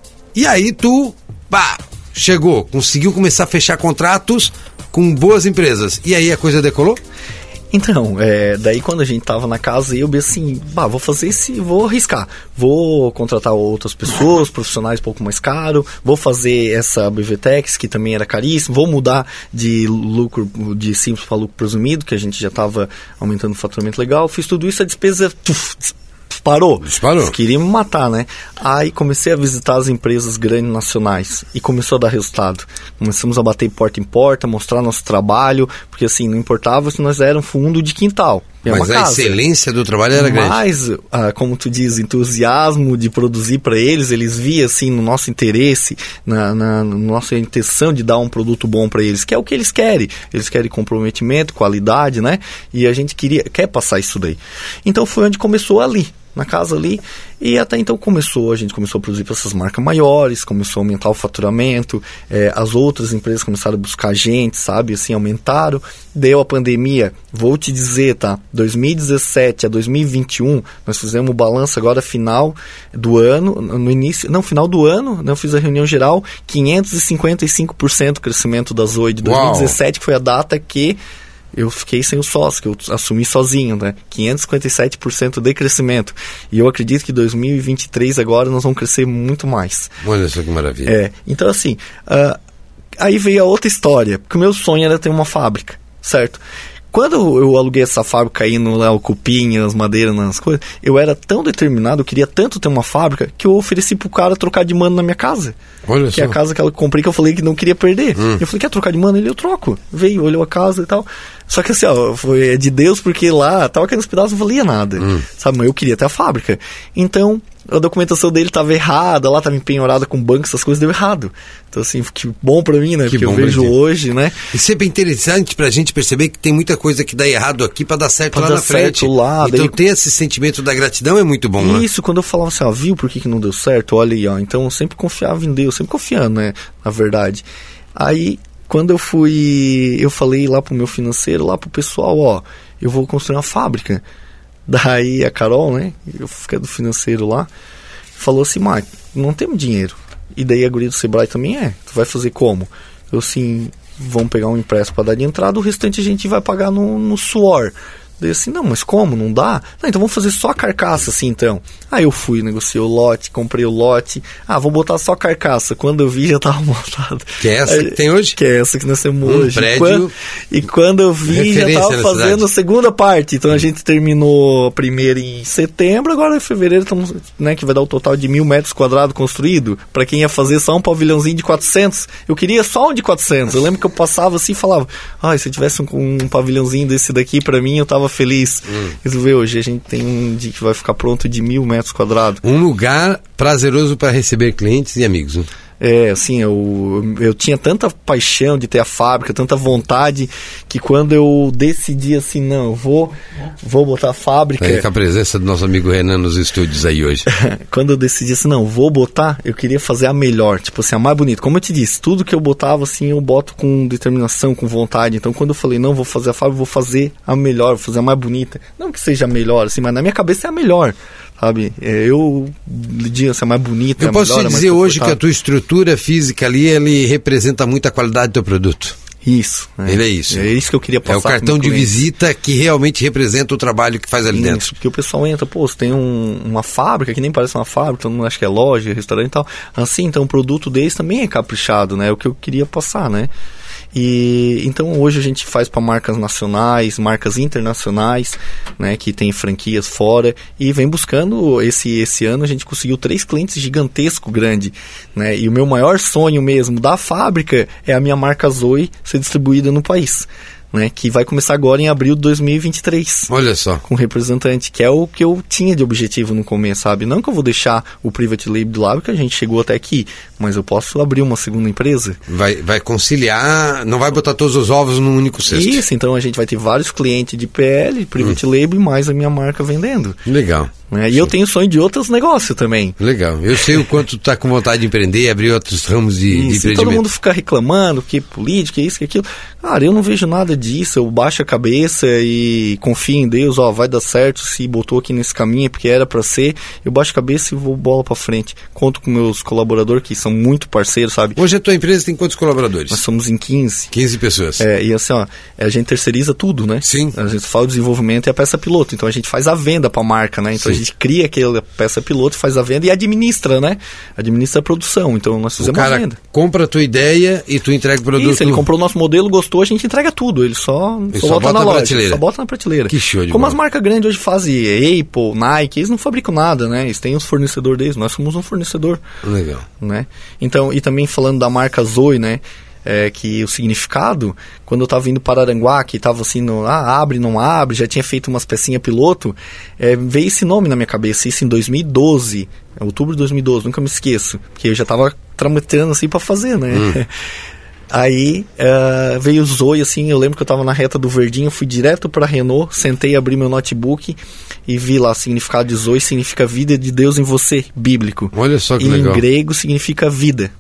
e aí tu, pá, chegou, conseguiu começar a fechar contratos com boas empresas, e aí a coisa decolou? Então, é, daí quando a gente tava na casa, eu vi assim, bah, vou fazer esse, vou arriscar, vou contratar outras pessoas, profissionais um pouco mais caro, vou fazer essa B V Tex, que também era caríssimo, vou mudar de lucro, de simples para lucro presumido, que a gente já tava aumentando o faturamento legal, fiz tudo isso, a despesa tuf, disparou. Disparou. Eles queriam me matar, né? Aí comecei a visitar as empresas grandes nacionais e começou a dar resultado. Começamos a bater porta em porta, mostrar nosso trabalho, porque assim, não importava se nós éramos fundo de quintal. Mas a casa. Excelência do trabalho era grande. Mas, ah, como tu diz, entusiasmo de produzir para eles, eles viam assim no nosso interesse, na, na, na nossa intenção de dar um produto bom para eles, que é o que eles querem. Eles querem comprometimento, qualidade, né? E a gente queria, quer passar isso daí. Então foi onde começou ali, na casa ali, e até então começou, a gente começou a produzir para essas marcas maiores, começou a aumentar o faturamento, é, as outras empresas começaram a buscar gente, sabe, assim, aumentaram, deu a pandemia, vou te dizer, tá, dois mil e dezessete a dois mil e vinte e um, nós fizemos o balanço agora final do ano, no início, não, final do ano, eu fiz a reunião geral, quinhentos e cinquenta e cinco por cento crescimento da Zoe de dois mil e dezessete, que foi a data que eu fiquei sem o sócio, que eu assumi sozinho, né? quinhentos e cinquenta e sete por cento de crescimento. E eu acredito que em dois mil e vinte e três agora nós vamos crescer muito mais. Olha só que maravilha. É, então assim, uh, aí veio a outra história, porque o meu sonho era ter uma fábrica, certo? Quando eu aluguei essa fábrica aí no lá, o cupim, as madeiras, nas coisas, eu era tão determinado, eu queria tanto ter uma fábrica, que eu ofereci pro cara trocar de mano na minha casa. Olha que só. é a casa que eu comprei, que eu falei que não queria perder. Hum. Eu falei, quer trocar de mano? Ele, eu troco. Veio, olhou a casa e tal. Só que assim, ó, foi é de Deus, porque lá tava aqueles pedaços, não valia nada. Hum. Sabe, mas eu queria ter a fábrica. Então, a documentação dele estava errada, lá estava empenhorada com banco, essas coisas, deu errado. Então, assim, que bom pra mim, né? Que Porque bom eu vejo hoje, né? E sempre é interessante pra gente perceber que tem muita coisa que dá errado aqui pra dar certo pra lá dar na frente. Certo lá, então, daí... ter esse sentimento da gratidão é muito bom, né? Isso, quando eu falava assim, ó, viu por que, que não deu certo? Olha aí, ó. Então, eu sempre confiava em Deus, sempre confiando, né? Na verdade. Aí, quando eu fui, eu falei lá pro meu financeiro, lá pro pessoal, ó, eu vou construir uma fábrica. Daí a Carol, né? Eu fiquei do financeiro lá. Falou assim, Mike, não temos dinheiro. E daí a guria do Sebrae também é. Tu vai fazer como? Eu assim, vamos pegar um empréstimo para dar de entrada, o restante a gente vai pagar no, no suor. Daí assim, não, mas como? Não dá? Não, então vamos fazer só a carcaça assim então. Aí eu fui, negociei o lote, comprei o lote. Ah, vou botar só a carcaça. Quando eu vi já tava montado. Que é essa Aí, que tem hoje? Que é essa que nós temos um hoje. Prédio. E quando, e quando eu vi já tava fazendo cidade. A segunda parte. Então a gente terminou a primeira em setembro, agora em fevereiro estamos, né, que vai dar o total de mil metros quadrados construído. Pra quem ia fazer só um pavilhãozinho de quatrocentos. Eu queria só um de quatrocentos. Eu lembro que eu passava assim e falava, ai, ah, se eu tivesse um, um pavilhãozinho desse daqui pra mim, eu tava feliz. Hum. Isso vê, hoje a gente tem um dia que vai ficar pronto de mil metros quadrados. Um lugar prazeroso para receber clientes e amigos, né? É, assim, eu, eu tinha tanta paixão de ter a fábrica, tanta vontade, que quando eu decidi assim, não, eu vou, vou botar a fábrica... É, com a presença do nosso amigo Renan nos estúdios aí hoje. Quando eu decidi assim, não, vou botar, eu queria fazer a melhor, tipo assim, a mais bonita. Como eu te disse, tudo que eu botava, assim, eu boto com determinação, com vontade. Então, quando eu falei, não, vou fazer a fábrica, vou fazer a melhor, vou fazer a mais bonita. Não que seja a melhor, assim, mas na minha cabeça é a melhor. Sabe, eu digo assim, é mais bonita. Eu posso te dizer hoje que a tua estrutura física ali, ele representa muito a qualidade do teu produto. Isso. É. Ele é isso. É isso que eu queria passar. É o cartão de visita que realmente representa o trabalho que faz ali isso, dentro. Porque o pessoal entra, pô, você tem um, uma fábrica que nem parece uma fábrica, todo mundo acha que é loja, restaurante e tal. Assim, então o produto deles também é caprichado, né? É o que eu queria passar, né? E então hoje a gente faz para marcas nacionais, marcas internacionais, né, que tem franquias fora, e vem buscando, esse, esse ano a gente conseguiu três clientes gigantesco, grande, né, e o meu maior sonho mesmo da fábrica é a minha marca Zoe ser distribuída no país. Né, que vai começar agora em abril de dois mil e vinte e três. Olha só. Com representante, que é o que eu tinha de objetivo no começo, sabe? Não que eu vou deixar o private label de lado, que a gente chegou até aqui, mas eu posso abrir uma segunda empresa. Vai, vai conciliar, não vai botar todos os ovos num único cesto. Isso, então a gente vai ter vários clientes de P L, private hum. label, e mais a minha marca vendendo. Legal. Né? E eu tenho sonho de outros negócios também. Legal. Eu sei o quanto tu tá com vontade de empreender, abrir outros ramos de, isso, de empreendimento. E todo mundo fica reclamando que política, isso, que aquilo. Cara, eu não vejo nada disso. Eu baixo a cabeça e confio em Deus. Ó, vai dar certo. Se botou aqui nesse caminho é porque era pra ser. Eu baixo a cabeça e vou bola pra frente. Conto com meus colaboradores, que são muito parceiros, sabe? Hoje a tua empresa tem quantos colaboradores? Nós somos em quinze. quinze pessoas. É, e assim, ó, a gente terceiriza tudo, né? Sim. A gente faz o desenvolvimento e a peça piloto. Então a gente faz a venda pra marca, né? Então Sim. a gente cria aquela peça piloto, faz a venda e administra, né? Administra a produção. Então nós fizemos a venda. O cara compra a tua ideia e tu entrega o produto. Isso, ele comprou o nosso modelo, gostou, a gente entrega tudo. Ele só, ele só, só bota, bota na, na loja. prateleira. Só bota na prateleira. Que show de Como bola. as marcas grandes hoje fazem, Apple, Nike, eles não fabricam nada, né? Eles têm os fornecedores deles, nós somos um fornecedor. Legal. Né? Então, e também falando da marca Zoe, né? É, que o significado, quando eu estava indo para Aranguá, que estava assim, no, ah, abre, não abre, já tinha feito umas pecinhas piloto, é, veio esse nome na minha cabeça, isso em dois mil e doze, outubro de dois mil e doze, nunca me esqueço, porque eu já estava tramitando assim para fazer, né? Hum. Aí uh, veio o Zoe, assim, eu lembro que eu estava na reta do Verdinho, fui direto para Renault, sentei, abri meu notebook e vi lá, significado de Zoe significa vida de Deus em você, bíblico. Olha só que e legal. Em grego significa vida.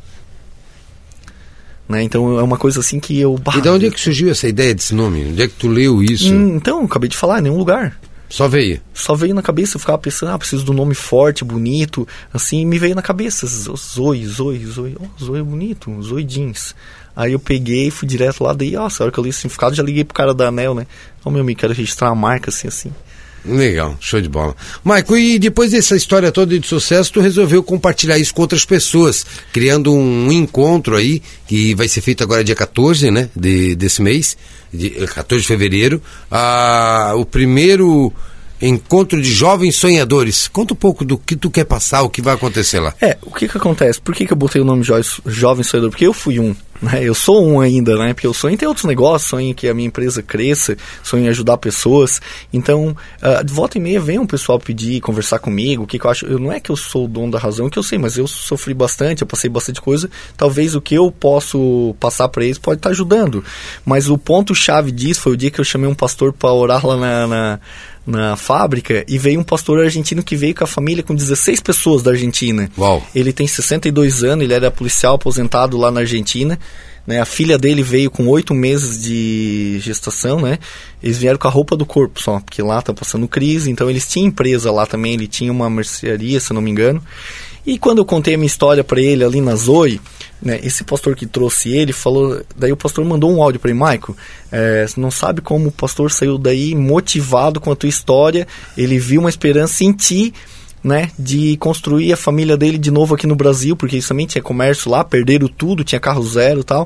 Né? Então é uma coisa assim que eu... E de onde é que surgiu essa ideia desse nome? Onde é que tu leu isso? Hum, então, acabei de falar, em nenhum lugar. Só veio? Só veio na cabeça, eu ficava pensando, ah, preciso de um nome forte, bonito, assim, me veio na cabeça, Zoe, Zoe, Zoe, oh, Zoe é bonito, Zoe Jeans. Aí eu peguei, fui direto lá, daí, nossa, a hora que eu li o significado, já liguei pro cara da Anel, né? Ô, oh, meu amigo, quero registrar uma marca assim, assim. Legal, show de bola. Maico, e depois dessa história toda de sucesso, tu resolveu compartilhar isso com outras pessoas, criando um encontro aí, que vai ser feito agora dia quatorze, né, de, desse mês, de, quatorze de fevereiro, ah, o primeiro encontro de jovens sonhadores. Conta um pouco do que tu quer passar, o que vai acontecer lá. É, o que que acontece? Por que que eu botei o nome jo Jovem Sonhador? Porque eu fui um, né? Eu sou um ainda, né? Porque eu sonho em ter outros negócios, sonho em que a minha empresa cresça, sonho em ajudar pessoas. Então, uh, de volta e meia vem um pessoal pedir, conversar comigo, o que que eu acho... Eu, não é que eu sou o dono da razão, que eu sei, mas eu sofri bastante, eu passei bastante coisa. Talvez o que eu posso passar para eles pode estar ajudando. Mas o ponto-chave disso foi o dia que eu chamei um pastor para orar lá na... na na fábrica, e veio um pastor argentino que veio com a família com dezesseis pessoas da Argentina. Uau. Ele tem sessenta e dois anos, ele era policial aposentado lá na Argentina, né? A filha dele veio com oito meses de gestação, né? Eles vieram com a roupa do corpo só, porque lá tá passando crise, então eles tinham empresa lá também, ele tinha uma mercearia, se não me engano. E quando eu contei a minha história para ele ali na Zoe, né, esse pastor que trouxe ele falou, daí o pastor mandou um áudio para ele, Maico, é, você não sabe como o pastor saiu daí motivado com a tua história, ele viu uma esperança em ti, né, de construir a família dele de novo aqui no Brasil, porque isso também tinha comércio lá, perderam tudo, tinha carro zero e tal.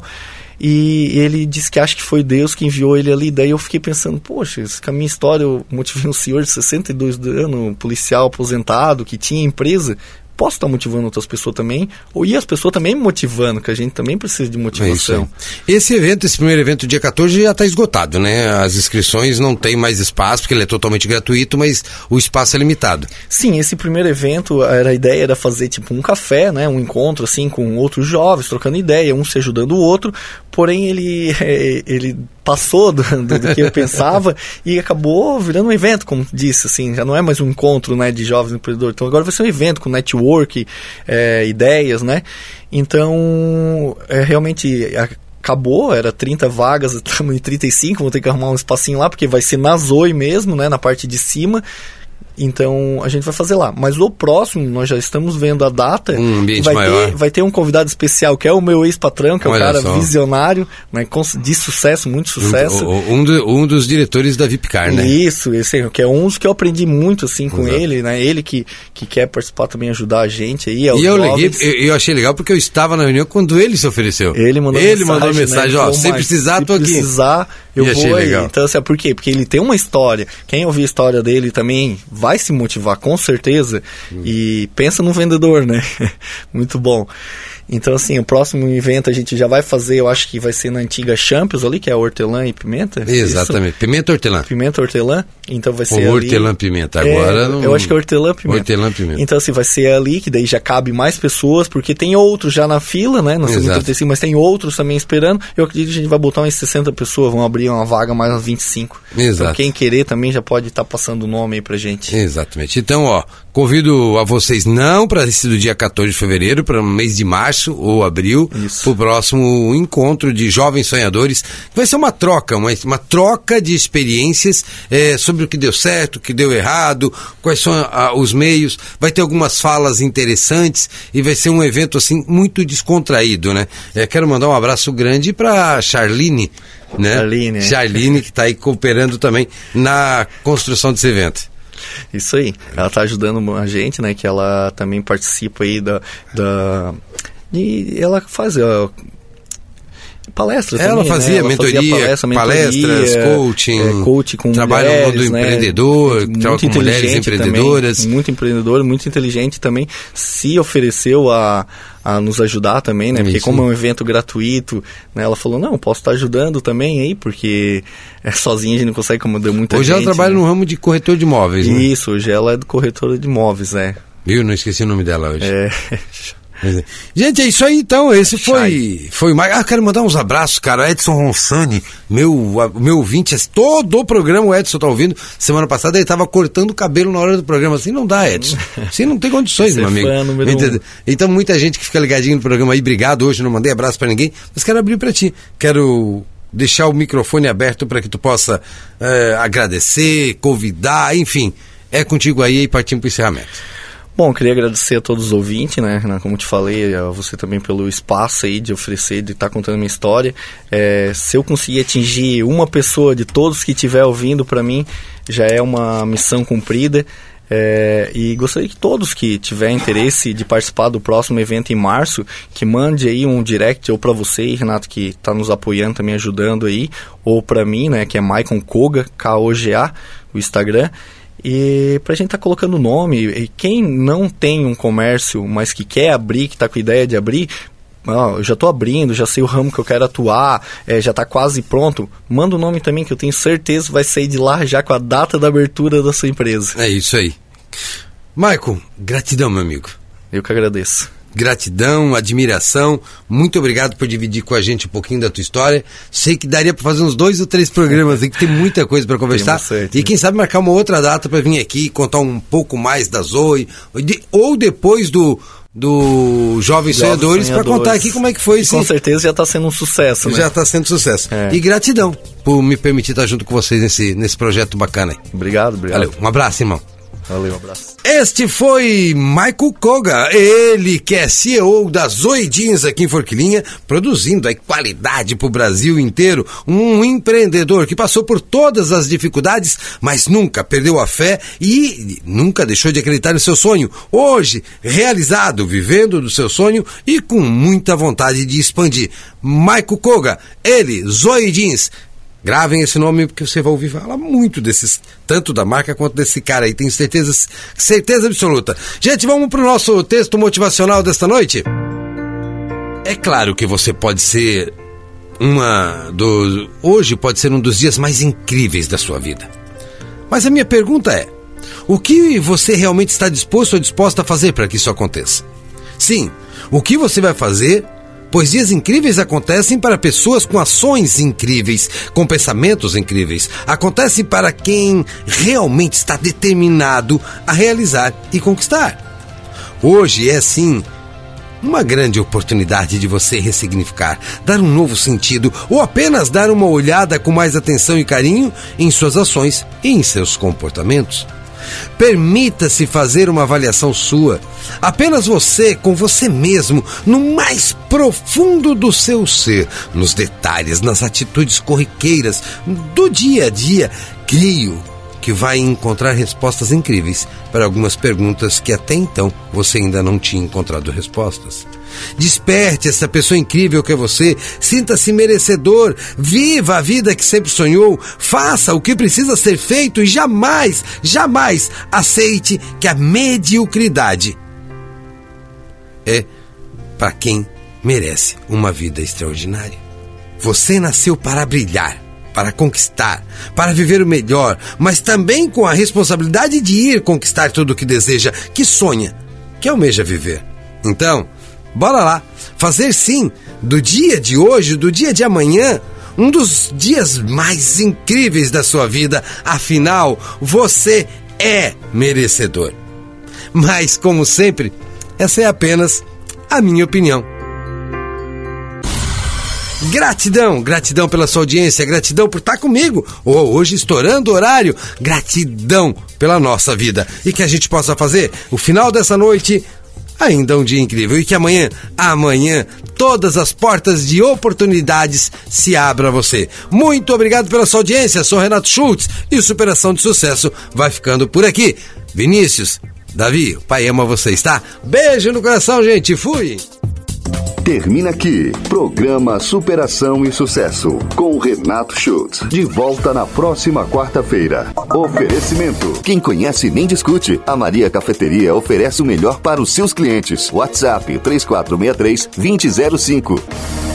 E ele disse que acha que foi Deus que enviou ele ali. Daí eu fiquei pensando, poxa, com a minha história eu motivei um senhor de sessenta e dois anos, policial aposentado, que tinha empresa. Posso estar motivando outras pessoas também, ou e as pessoas também me motivando, que a gente também precisa de motivação. É esse evento, esse primeiro evento, dia quatorze, já está esgotado, né? As inscrições não tem mais espaço, porque ele é totalmente gratuito, mas o espaço é limitado. Sim, esse primeiro evento, era, a ideia era fazer tipo um café, né? Um encontro assim com outros jovens, trocando ideia, um se ajudando o outro, porém ele, ele passou do, do, do que eu pensava e acabou virando um evento, como disse, assim, já não é mais um encontro, né, de jovens empreendedores, então agora vai ser um evento com network, é, ideias, né, então é, realmente acabou, era trinta vagas, estamos em trinta e cinco, vou ter que arrumar um espacinho lá, porque vai ser na Zoe mesmo, né, na parte de cima, Então, a gente vai fazer lá. Mas o próximo, nós já estamos vendo a data. Um ambiente vai maior. Ter, vai ter um convidado especial, que é o meu ex-patrão, que é um Olha cara só. visionário, né, de sucesso, muito sucesso. Um, um, do, um dos diretores da Vipcar, né? Isso, esse que é um dos que eu aprendi muito, assim, com Exato. ele, né? Ele que, que quer participar também, ajudar a gente aí. É e eu liguei, eu, eu achei legal porque eu estava na reunião quando ele se ofereceu. Ele mandou ele mensagem, mandou mensagem, né? ó, Falou, se precisar, se tô aqui. Se precisar, eu E achei vou aí. legal. Então, assim, por quê? Porque ele tem uma história. Quem ouvir a história dele também vai se motivar, com certeza. Hum. E pensa no vendedor, né? Muito bom. Então, assim, o próximo evento a gente já vai fazer, eu acho que vai ser na antiga Champions ali, que é hortelã e pimenta. Exatamente, isso? pimenta hortelã. Pimenta hortelã, então vai ser Ou ali... hortelã pimenta, agora... É, não... Eu acho que é hortelã pimenta. Hortelã pimenta. Então, assim, vai ser ali, que daí já cabe mais pessoas, porque tem outros já na fila, né? Nós temos trinta e cinco, mas tem outros também esperando. Eu acredito que a gente vai botar umas sessenta pessoas, vão abrir uma vaga mais umas vinte e cinco. Exato. Então, quem querer também já pode estar tá passando o nome aí pra gente. Exatamente. Então, ó, convido a vocês não para esse do dia quatorze de fevereiro, para o mês de março ou abril, para o próximo encontro de jovens sonhadores, que vai ser uma troca, uma, uma troca de experiências é, sobre o que deu certo, o que deu errado, quais são a, os meios, vai ter algumas falas interessantes e vai ser um evento assim muito descontraído, né? É, quero mandar um abraço grande para Charline, né? Charline, é. Charline, que está aí cooperando também na construção desse evento. Isso aí, ela está ajudando a gente, né, que ela também participa aí da... da e ela faz uh, palestras ela também, fazia, né? Ela mentoria, fazia palestra, mentoria, palestras, coaching, é, coaching com trabalho mulheres, no mundo né? empreendedor, muito trabalha com mulheres empreendedoras. Também, muito empreendedora, muito inteligente também, se ofereceu a, a nos ajudar também, né? Porque Isso. como é um evento gratuito, né? Ela falou, não, posso estar ajudando também aí, porque é, sozinha a gente não consegue, como deu muita hoje gente. Hoje ela trabalha né? no ramo de corretor de imóveis, né? Isso, hoje ela é corretora de imóveis, né? Viu? Não esqueci o nome dela hoje. É... Gente, é isso aí então, esse foi foi mais. Ah, quero mandar uns abraços, cara, Edson Ronsani, meu, meu ouvinte, todo o programa o Edson tá ouvindo, semana passada ele tava cortando o cabelo na hora do programa, assim não dá, Edson, assim não tem condições, meu amigo. Um. Então muita gente que fica ligadinho no programa aí, obrigado, hoje não mandei abraço pra ninguém, mas quero abrir pra ti, quero deixar o microfone aberto para que tu possa é, agradecer, convidar, enfim, é contigo aí e partimos pro encerramento. Bom, queria agradecer a todos os ouvintes, né, como te falei, a você também pelo espaço aí de oferecer, de estar tá contando a minha história. É, se eu conseguir atingir uma pessoa de todos que estiver ouvindo, para mim, já é uma missão cumprida. É, e gostaria que todos que tiverem interesse de participar do próximo evento em março, que mande aí um direct, ou para você, Renato, que está nos apoiando, também ajudando aí, ou para mim, né, que é Maicon Koga, K O G A, o Instagram. E pra gente tá colocando o nome, e quem não tem um comércio, mas que quer abrir, que tá com ideia de abrir, ó, eu já tô abrindo, já sei o ramo que eu quero atuar, é, já tá quase pronto, manda o nome também, que eu tenho certeza vai sair de lá já com a data da abertura da sua empresa. É isso aí. Maicon, gratidão, meu amigo. Eu que agradeço. Gratidão, admiração, muito obrigado por dividir com a gente um pouquinho da tua história. Sei que daria para fazer uns dois ou três programas aí, que tem muita coisa para conversar. Certo, e quem sabe marcar uma outra data para vir aqui e contar um pouco mais da Zoe, ou depois do, do Jovens Sonhadores, para contar aqui como é que foi esse... Com certeza já está sendo um sucesso, né? Já está sendo sucesso. É. E gratidão por me permitir estar junto com vocês nesse, nesse projeto bacana aí. Obrigado, obrigado. Valeu, um abraço, irmão. Valeu, um abraço. Este foi Maicon Koga, ele que é C E O da Zoe Jeans aqui em Forquilinha, produzindo aí qualidade pro Brasil inteiro, um empreendedor que passou por todas as dificuldades, mas nunca perdeu a fé e nunca deixou de acreditar no seu sonho. Hoje, realizado, vivendo do seu sonho e com muita vontade de expandir. Maicon Koga, ele, Zoe Jeans. Gravem esse nome porque você vai ouvir falar muito desses, tanto da marca quanto desse cara aí, tenho certeza, certeza absoluta. Gente, vamos pro nosso texto motivacional desta noite? É claro que você pode ser uma dos... Hoje pode ser um dos dias mais incríveis da sua vida. Mas a minha pergunta é, o que você realmente está disposto ou disposta a fazer para que isso aconteça? Sim, o que você vai fazer... Pois dias incríveis acontecem para pessoas com ações incríveis, com pensamentos incríveis. Acontecem para quem realmente está determinado a realizar e conquistar. Hoje é, sim, uma grande oportunidade de você ressignificar, dar um novo sentido ou apenas dar uma olhada com mais atenção e carinho em suas ações e em seus comportamentos. Permita-se fazer uma avaliação sua. Apenas você, com você mesmo, no mais profundo do seu ser, nos detalhes, nas atitudes corriqueiras do dia a dia, creio que vai encontrar respostas incríveis para algumas perguntas que até então você ainda não tinha encontrado respostas. Desperte essa pessoa incrível que é você, sinta-se merecedor, viva a vida que sempre sonhou, faça o que precisa ser feito e jamais, jamais aceite que a mediocridade é para quem merece uma vida extraordinária. Você nasceu para brilhar, para conquistar, para viver o melhor, mas também com a responsabilidade de ir conquistar tudo o que deseja, que sonha, que almeja viver. Então, bora lá, fazer sim, do dia de hoje, do dia de amanhã, um dos dias mais incríveis da sua vida. Afinal, você é merecedor. Mas, como sempre, essa é apenas a minha opinião. Gratidão, gratidão pela sua audiência, gratidão por estar comigo, ou hoje estourando o horário, gratidão pela nossa vida, e que a gente possa fazer o final dessa noite ainda um dia incrível, e que amanhã, amanhã, todas as portas de oportunidades se abram a você. Muito obrigado pela sua audiência, sou Renato Schultz, e o Superação de Sucesso vai ficando por aqui. Vinícius, Davi, o pai ama vocês, tá? Beijo no coração, gente, fui! Termina aqui, programa Superação e Sucesso, com o Renato Schultz. De volta na próxima quarta-feira. Oferecimento. Quem conhece nem discute. A Maria Cafeteria oferece o melhor para os seus clientes. WhatsApp três quatro seis três, dois zero zero cinco.